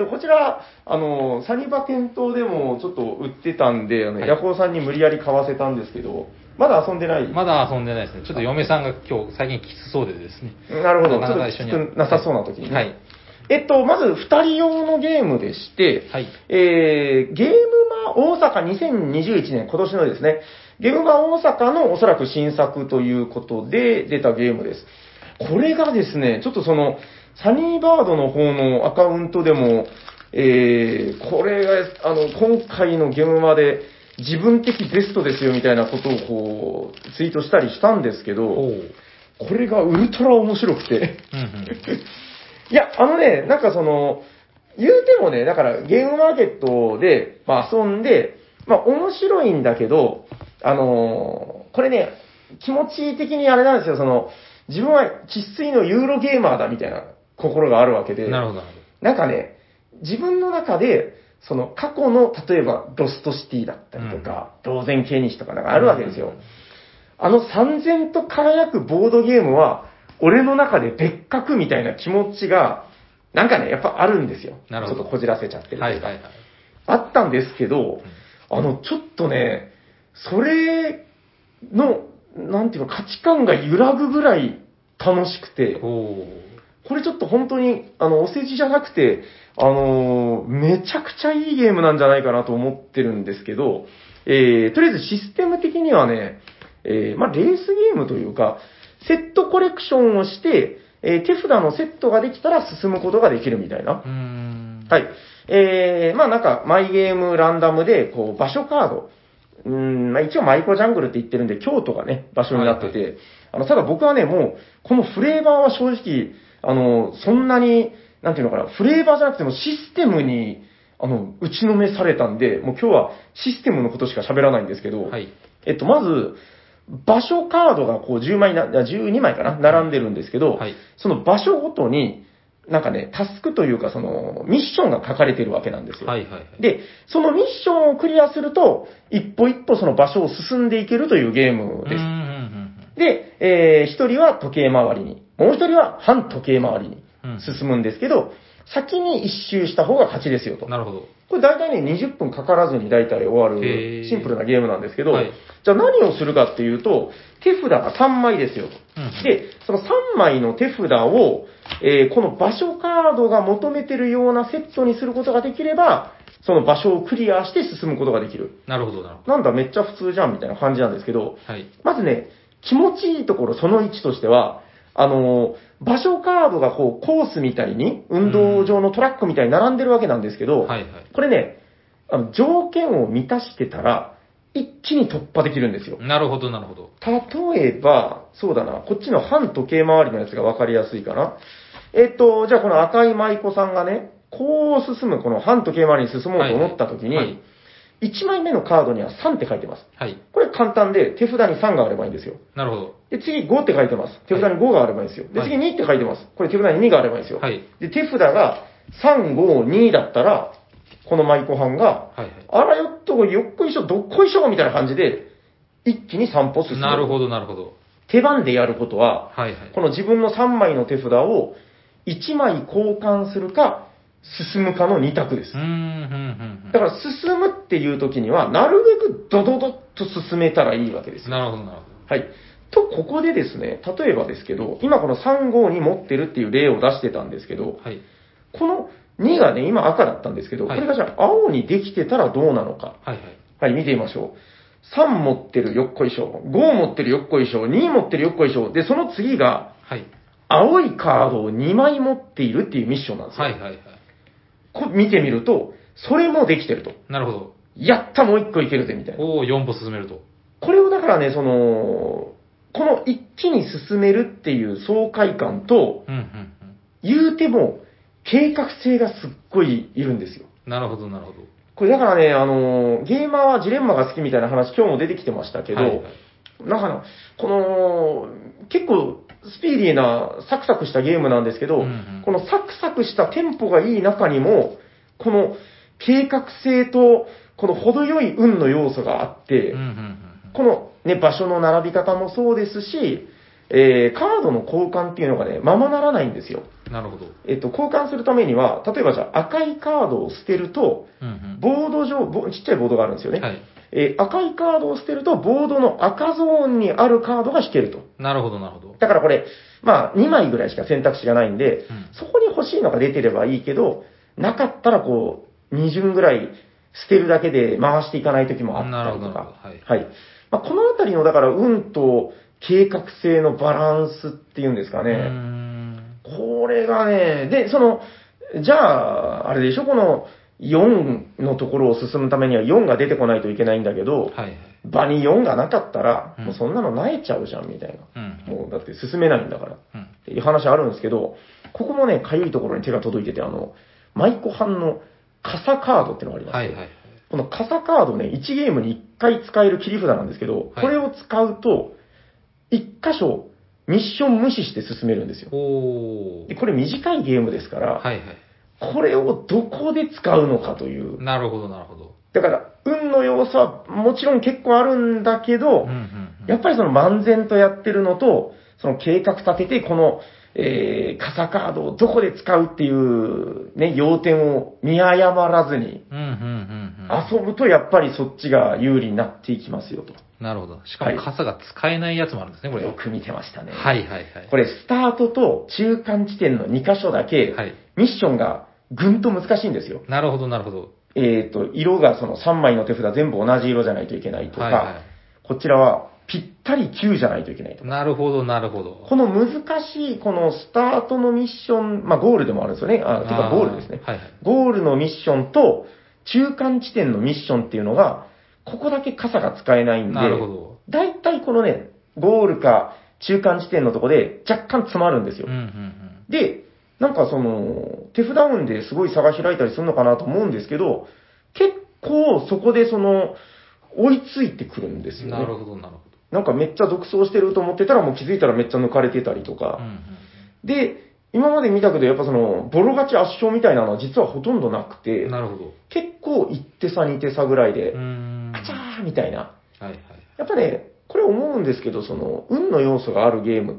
こちら、サニバ店頭でもちょっと売ってたんで、ヤコウさんに無理やり買わせたんですけど、まだ遊んでない？ まだ遊んでないですね。ちょっと嫁さんが今日最近きつそうでですね。 なるほど。ちょっときつくなさそうな時にね。はい。まず2人用のゲームでして、はい。ゲームマ大阪2021年、今年のですね、ゲームマ大阪のおそらく新作ということで出たゲームです。これがですね、ちょっとその、サニーバードの方のアカウントでも、これが、今回のゲームマで自分的ベストですよみたいなことをこう、ツイートしたりしたんですけど、これがウルトラ面白くていや、なんかその、言うてもね、だからゲームマーケットで、遊んで、面白いんだけど、これね、気持ち的にあれなんですよ、その、自分は生粋のユーロゲーマーだみたいな心があるわけで、 なるほど。 なんかね、自分の中で、その過去の、例えばロストシティだったりとか、同然系日とかなんかあるわけですよ。三千と輝くボードゲームは、俺の中で別格みたいな気持ちが、なんかね、やっぱあるんですよ。 なるほど。 ちょっとこじらせちゃってるというか。 はいはいはい。 あったんですけど、ちょっとね、それの、なんていうの、価値観が揺らぐぐらい楽しくて、これちょっと本当に、お世辞じゃなくて、めちゃくちゃいいゲームなんじゃないかなと思ってるんですけど、とりあえずシステム的にはね、レースゲームというか、セットコレクションをして、手札のセットができたら進むことができるみたいな。はい。なんか、マイゲームランダムで、こう、場所カード。一応マイコジャングルって言ってるんで、京都がね、場所になってて、ただ僕はね、もう、このフレーバーは正直、そんなに、なんていうのかな、フレーバーじゃなくてもシステムに、打ちのめされたんで、もう今日はシステムのことしか喋らないんですけど、 はい。 まず、場所カードがこう12枚かな並んでるんですけど、 はい、 その場所ごとに、なんかね、タスクというか、その、ミッションが書かれてるわけなんですよ。 はいはいはい。 で、そのミッションをクリアすると、一歩一歩その場所を進んでいけるというゲームです。で、一人は時計回りに、もう一人は反時計回りに進むんですけど、先に一周した方が勝ちですよと。 なるほど。 これ大体ね、20分かからずに大体終わるシンプルなゲームなんですけど、 はい、 じゃあ何をするかっていうと、手札が3枚ですよと。で、その3枚の手札を、この場所カードが求めてるようなセットにすることができれば、その場所をクリアして進むことができる。 なるほど、なるほど。なんだ、めっちゃ普通じゃんみたいな感じなんですけど、 はい、 まずね、気持ちいいところその1としては、場所カードがこうコースみたいに、運動場のトラックみたいに並んでるわけなんですけど、 はいはい、 これね、条件を満たしてたら、一気に突破できるんですよ。 なるほど、なるほど。 例えば、そうだな、こっちの反時計回りのやつが分かりやすいかな。じゃあこの赤い舞妓さんがね、こう進む、この反時計回りに進もうと思った時に、はいはい、1枚目のカードには3って書いてます。 はい。 これ簡単で、手札に3があればいいんですよ。 なるほど。 で、次5って書いてます。手札に5があればいいんですよ。で、次2って書いてます。これ手札に2があればいいんですよ。 はい。 で、手札が3、5、2だったら、この舞妓はんが、 はいはい、 あらよっとよっこいしょ、どっこいしょみたいな感じで、一気に3歩進む。 なるほど、なるほど。 手番でやることは、 はいはい、 この自分の3枚の手札を1枚交換するか、進むかの2択です。だから進むっていう時には、なるべくドドドッと進めたらいいわけですよ。 なるほど、なるほど。 はい。と、ここでですね、例えばですけど、今この3号に持ってるっていう例を出してたんですけど、 はい、 この2がね、今赤だったんですけど、 はい、 これがじゃあ青にできてたらどうなのか。 はいはい。 はい、見てみましょう。3持ってるよっこいしょ、5持ってるよっこいしょ、2持ってるよっこいしょ、で、その次が、 はい、 青いカードを2枚持っているっていうミッションなんですよ。 はいはいはい。 見てみると、それもできてると。 なるほど。 やった、もう1個いけるぜ、みたいな。 おー、4歩進めると。 これをだからね、この一気に進めるっていう爽快感と、 うんうんうん。 言うても、計画性がすっごいいるんですよ。 なるほどなるほど。 これだからね、ゲーマーはジレンマが好きみたいな話今日も出てきてましたけど、 はいはい、 なんか結構スピーディーなサクサクしたゲームなんですけど、 うんうん、 このサクサクしたテンポがいい中にも、この計画性と、この程よい運の要素があって、 うんうんうん、 このね、場所の並び方もそうですし、カードの交換っていうのがね、ままならないんですよ。 なるほど。 交換するためには、例えばじゃあ赤いカードを捨てると、 うんうん、 ボード上、ちっちゃいボードがあるんですよね。 はい。 赤いカードを捨てると、ボードの赤ゾーンにあるカードが引けると。 なるほどなるほど。 だからこれ、まあ2枚ぐらいしか選択肢がないんで、 うん、 そこに欲しいのが出てればいいけど、なかったらこう、2巡ぐらい捨てるだけで回していかない時もあったりとか。 はい。 はい。まあ、このあたりの、だから運と計画性のバランスっていうんですかね。これがね、で、じゃあ、あれでしょ、この4のところを進むためには4が出てこないといけないんだけど、 はいはい、 場に4がなかったら、 うん、 もうそんなの萎えちゃうじゃん、みたいな。 うん、 もうだって進めないんだから。 うん、 っていう話あるんですけど、ここもね、かゆいところに手が届いてて、舞妓班の傘カードっていうのがありまして、 はいはいはい、 この傘カードね、1ゲームに1回使える切り札なんですけど、これを使うと、1箇所、ミッション無視して進めるんですよ。でこれ短いゲームですから、 はいはい、 これをどこで使うのかという。 なるほどなるほど。 だから、運の要素はもちろん結構あるんだけど、 うんうんうん、 やっぱりその漫然とやってるのと、その計画立てて、この、傘カードをどこで使うっていうね、要点を見誤らずに、遊ぶとやっぱりそっちが有利になっていきますよと。 なるほど。しかも傘が使えないやつもあるんですね、これ。 よく見てましたね。 はいはいはい。 これ、スタートと中間地点の2箇所だけ、 はい、 ミッションがぐんと難しいんですよ。 なるほどなるほど。 色がその3枚の手札全部同じ色じゃないといけないとか、 はいはい、 こちらはぴったり9じゃないといけないとか。 なるほどなるほど。 この難しいこのスタートのミッション、まあゴールでもあるんですよね。てかゴールですね。 はいはい、 ゴールのミッションと中間地点のミッションっていうのが、ここだけ傘が使えないんで、 なるほど。 だいたいこのね、ゴールか中間地点のとこで若干詰まるんですよ。 うんうんうん、 で、なんか手札運ですごい差が開いたりするのかなと思うんですけど、結構そこで追いついてくるんですよね。 なるほど、なるほど。 なんかめっちゃ独走してると思ってたらもう気づいたらめっちゃ抜かれてたりとか。 うんうん、 で、今まで見たけどやっぱボロ勝ち圧勝みたいなのは実はほとんどなくて、 なるほど。 結構1手差2手差ぐらいで、 あちゃーみたいな。 はいはい。 やっぱね、これ思うんですけど、運の要素があるゲームって、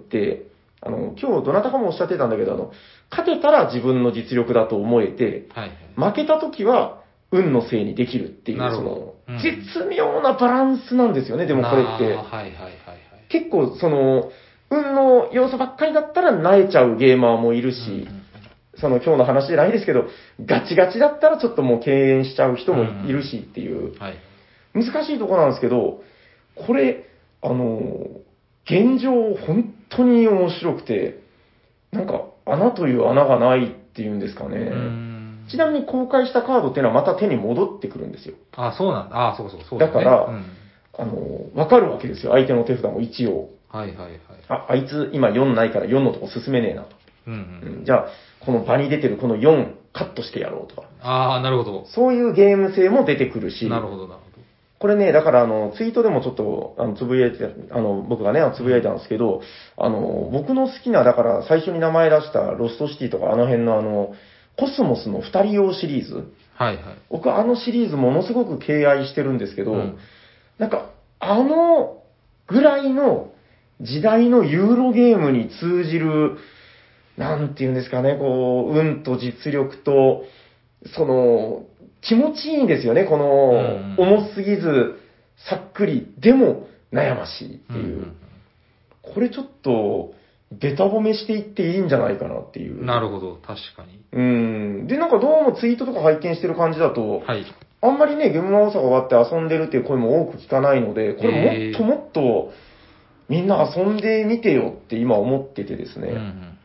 今日どなたかもおっしゃってたんだけど、勝てたら自分の実力だと思えて、 はいはい、 負けた時は運のせいにできるっていう、絶妙なバランスなんですよね、でもこれって。 はいはいはいはい、 結構、運の要素ばっかりだったら萎えちゃうゲーマーもいるし、今日の話じゃないですけど、ガチガチだったらちょっともう敬遠しちゃう人もいるしっていう、難しいとこなんですけど、これ、現状本当に面白くて、なんか穴という穴がないっていうんですかね。ちなみに公開したカードっていうのはまた手に戻ってくるんですよ。 あ、そうなんだ。あ、そうそうそう、 だから、わかるわけですよ。相手の手札も一応。 はいはいはい。 あいつ今4ないから4のとこ進めねえなと。じゃあ、この場に出てるこの4カットしてやろうとか。 ああ、なるほど。 そういうゲーム性も出てくるし。 なるほどなるほど。 これね、だからツイートでもちょっと、つぶやいて、僕がね、つぶやいたんですけど、僕の好きな、だから最初に名前出したロストシティとかあの辺のコスモスの2人用シリーズ。 はいはい。 僕はシリーズものすごく敬愛してるんですけど、なんか、ぐらいの時代のユーロゲームに通じる、なんていうんですかね、運と実力と、気持ちいいんですよね、重すぎず、さっくり、でも悩ましいっていう。これちょっと、ベタ褒めしていっていいんじゃないかなっていう。 なるほど、確かに。 で、なんかどうもツイートとか拝見してる感じだと、 はい。 あんまりね、ゲームマ大阪終わって遊んでるっていう声も多く聞かないので、これもっともっとみんな遊んでみてよって今思っててですね。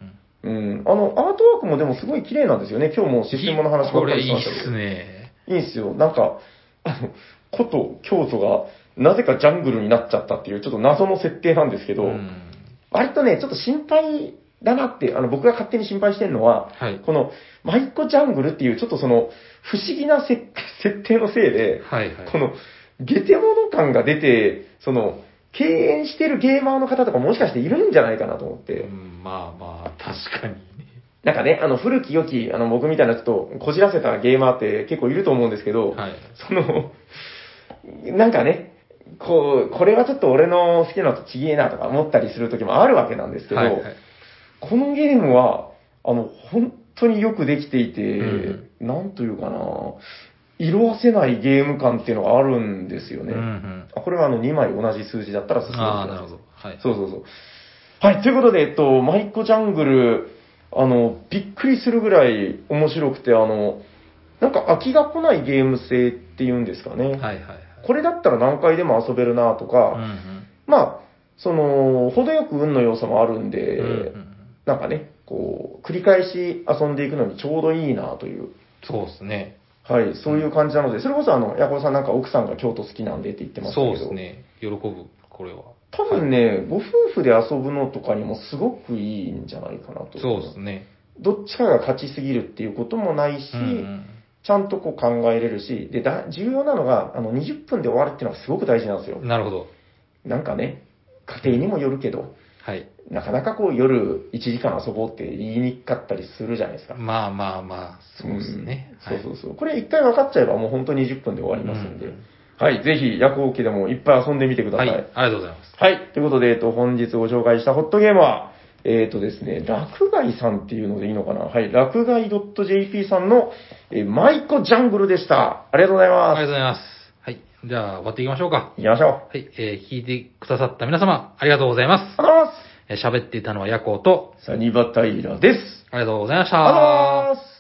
うん。アートワークもでもすごい綺麗なんですよね。今日もシステムの話ばっかりしましたけど。 これいいっすね。 いいんですよ。なんか、古都、京都が、なぜかジャングルになっちゃったっていう、ちょっと謎の設定なんですけど、割とね、ちょっと心配だなって、僕が勝手に心配してるのは、 はい、 この、マイコジャングルっていう、ちょっとその、不思議な設定のせいで、 はいはい、 この、ゲテモノ感が出て、その、敬遠してるゲーマーの方とかもしかしているんじゃないかなと思って。 まあまあ、確かに。 なんかね、古き良き、僕みたいなちょっと、こじらせたゲーマーって結構いると思うんですけど、 はい、 その、なんかね、これはちょっと俺の好きなのとちげえなとか思ったりする時もあるわけなんですけど、 はいはい、 このゲームは、本当によくできていて、なんというかな、色褪せないゲーム感っていうのがあるんですよね。これは2枚同じ数字だったら進む。 ああ、なるほど。はい。 そうそうそう。はい、ということで、マイコジャングル、びっくりするぐらい面白くて、なんか飽きが来ないゲーム性っていうんですかね。 はいはい、はい。 これだったら何回でも遊べるなとか、まあ、程よく運の要素もあるんで、なんかね、繰り返し遊んでいくのにちょうどいいなという。 そうですね。 はい、そういう感じなので、それこそヤコウさんなんか奥さんが京都好きなんでって言ってましたけど。 そうですね。喜ぶ、これは。 多分ね、ご夫婦で遊ぶのとかにもすごくいいんじゃないかなと。 そうですね。 どっちかが勝ちすぎるっていうこともないし、ちゃんと考えれるし、で、重要なのが、20分で終わるっていうのがすごく大事なんですよ。 なるほど。 なんかね、家庭にもよるけど、 はい。 なかなか夜1時間遊ぼうって言いにくかったりするじゃないですか。 まあまあまあ、そうですね。 そうそうそう。これ1回分かっちゃえばもう本当に20分で終わりますんで。はい、ぜひ、ヤコウ家でもいっぱい遊んでみてください。はい、 ありがとうございます。 はい、ということで、本日ご紹介したホットゲームは、ですね、落外さんっていうのでいいのかな。はい、落外 .jp さんの、マイコジャングルでした。ありがとうございます。 ありがとうございます。はい。じゃあ、終わっていきましょうか。 行きましょう。 はい、聞いてくださった皆様、ありがとうございます。 ありがとうございます。 喋っていたのはヤコウと、 サニバタイラです。 ありがとうございました。 ありがとうございます。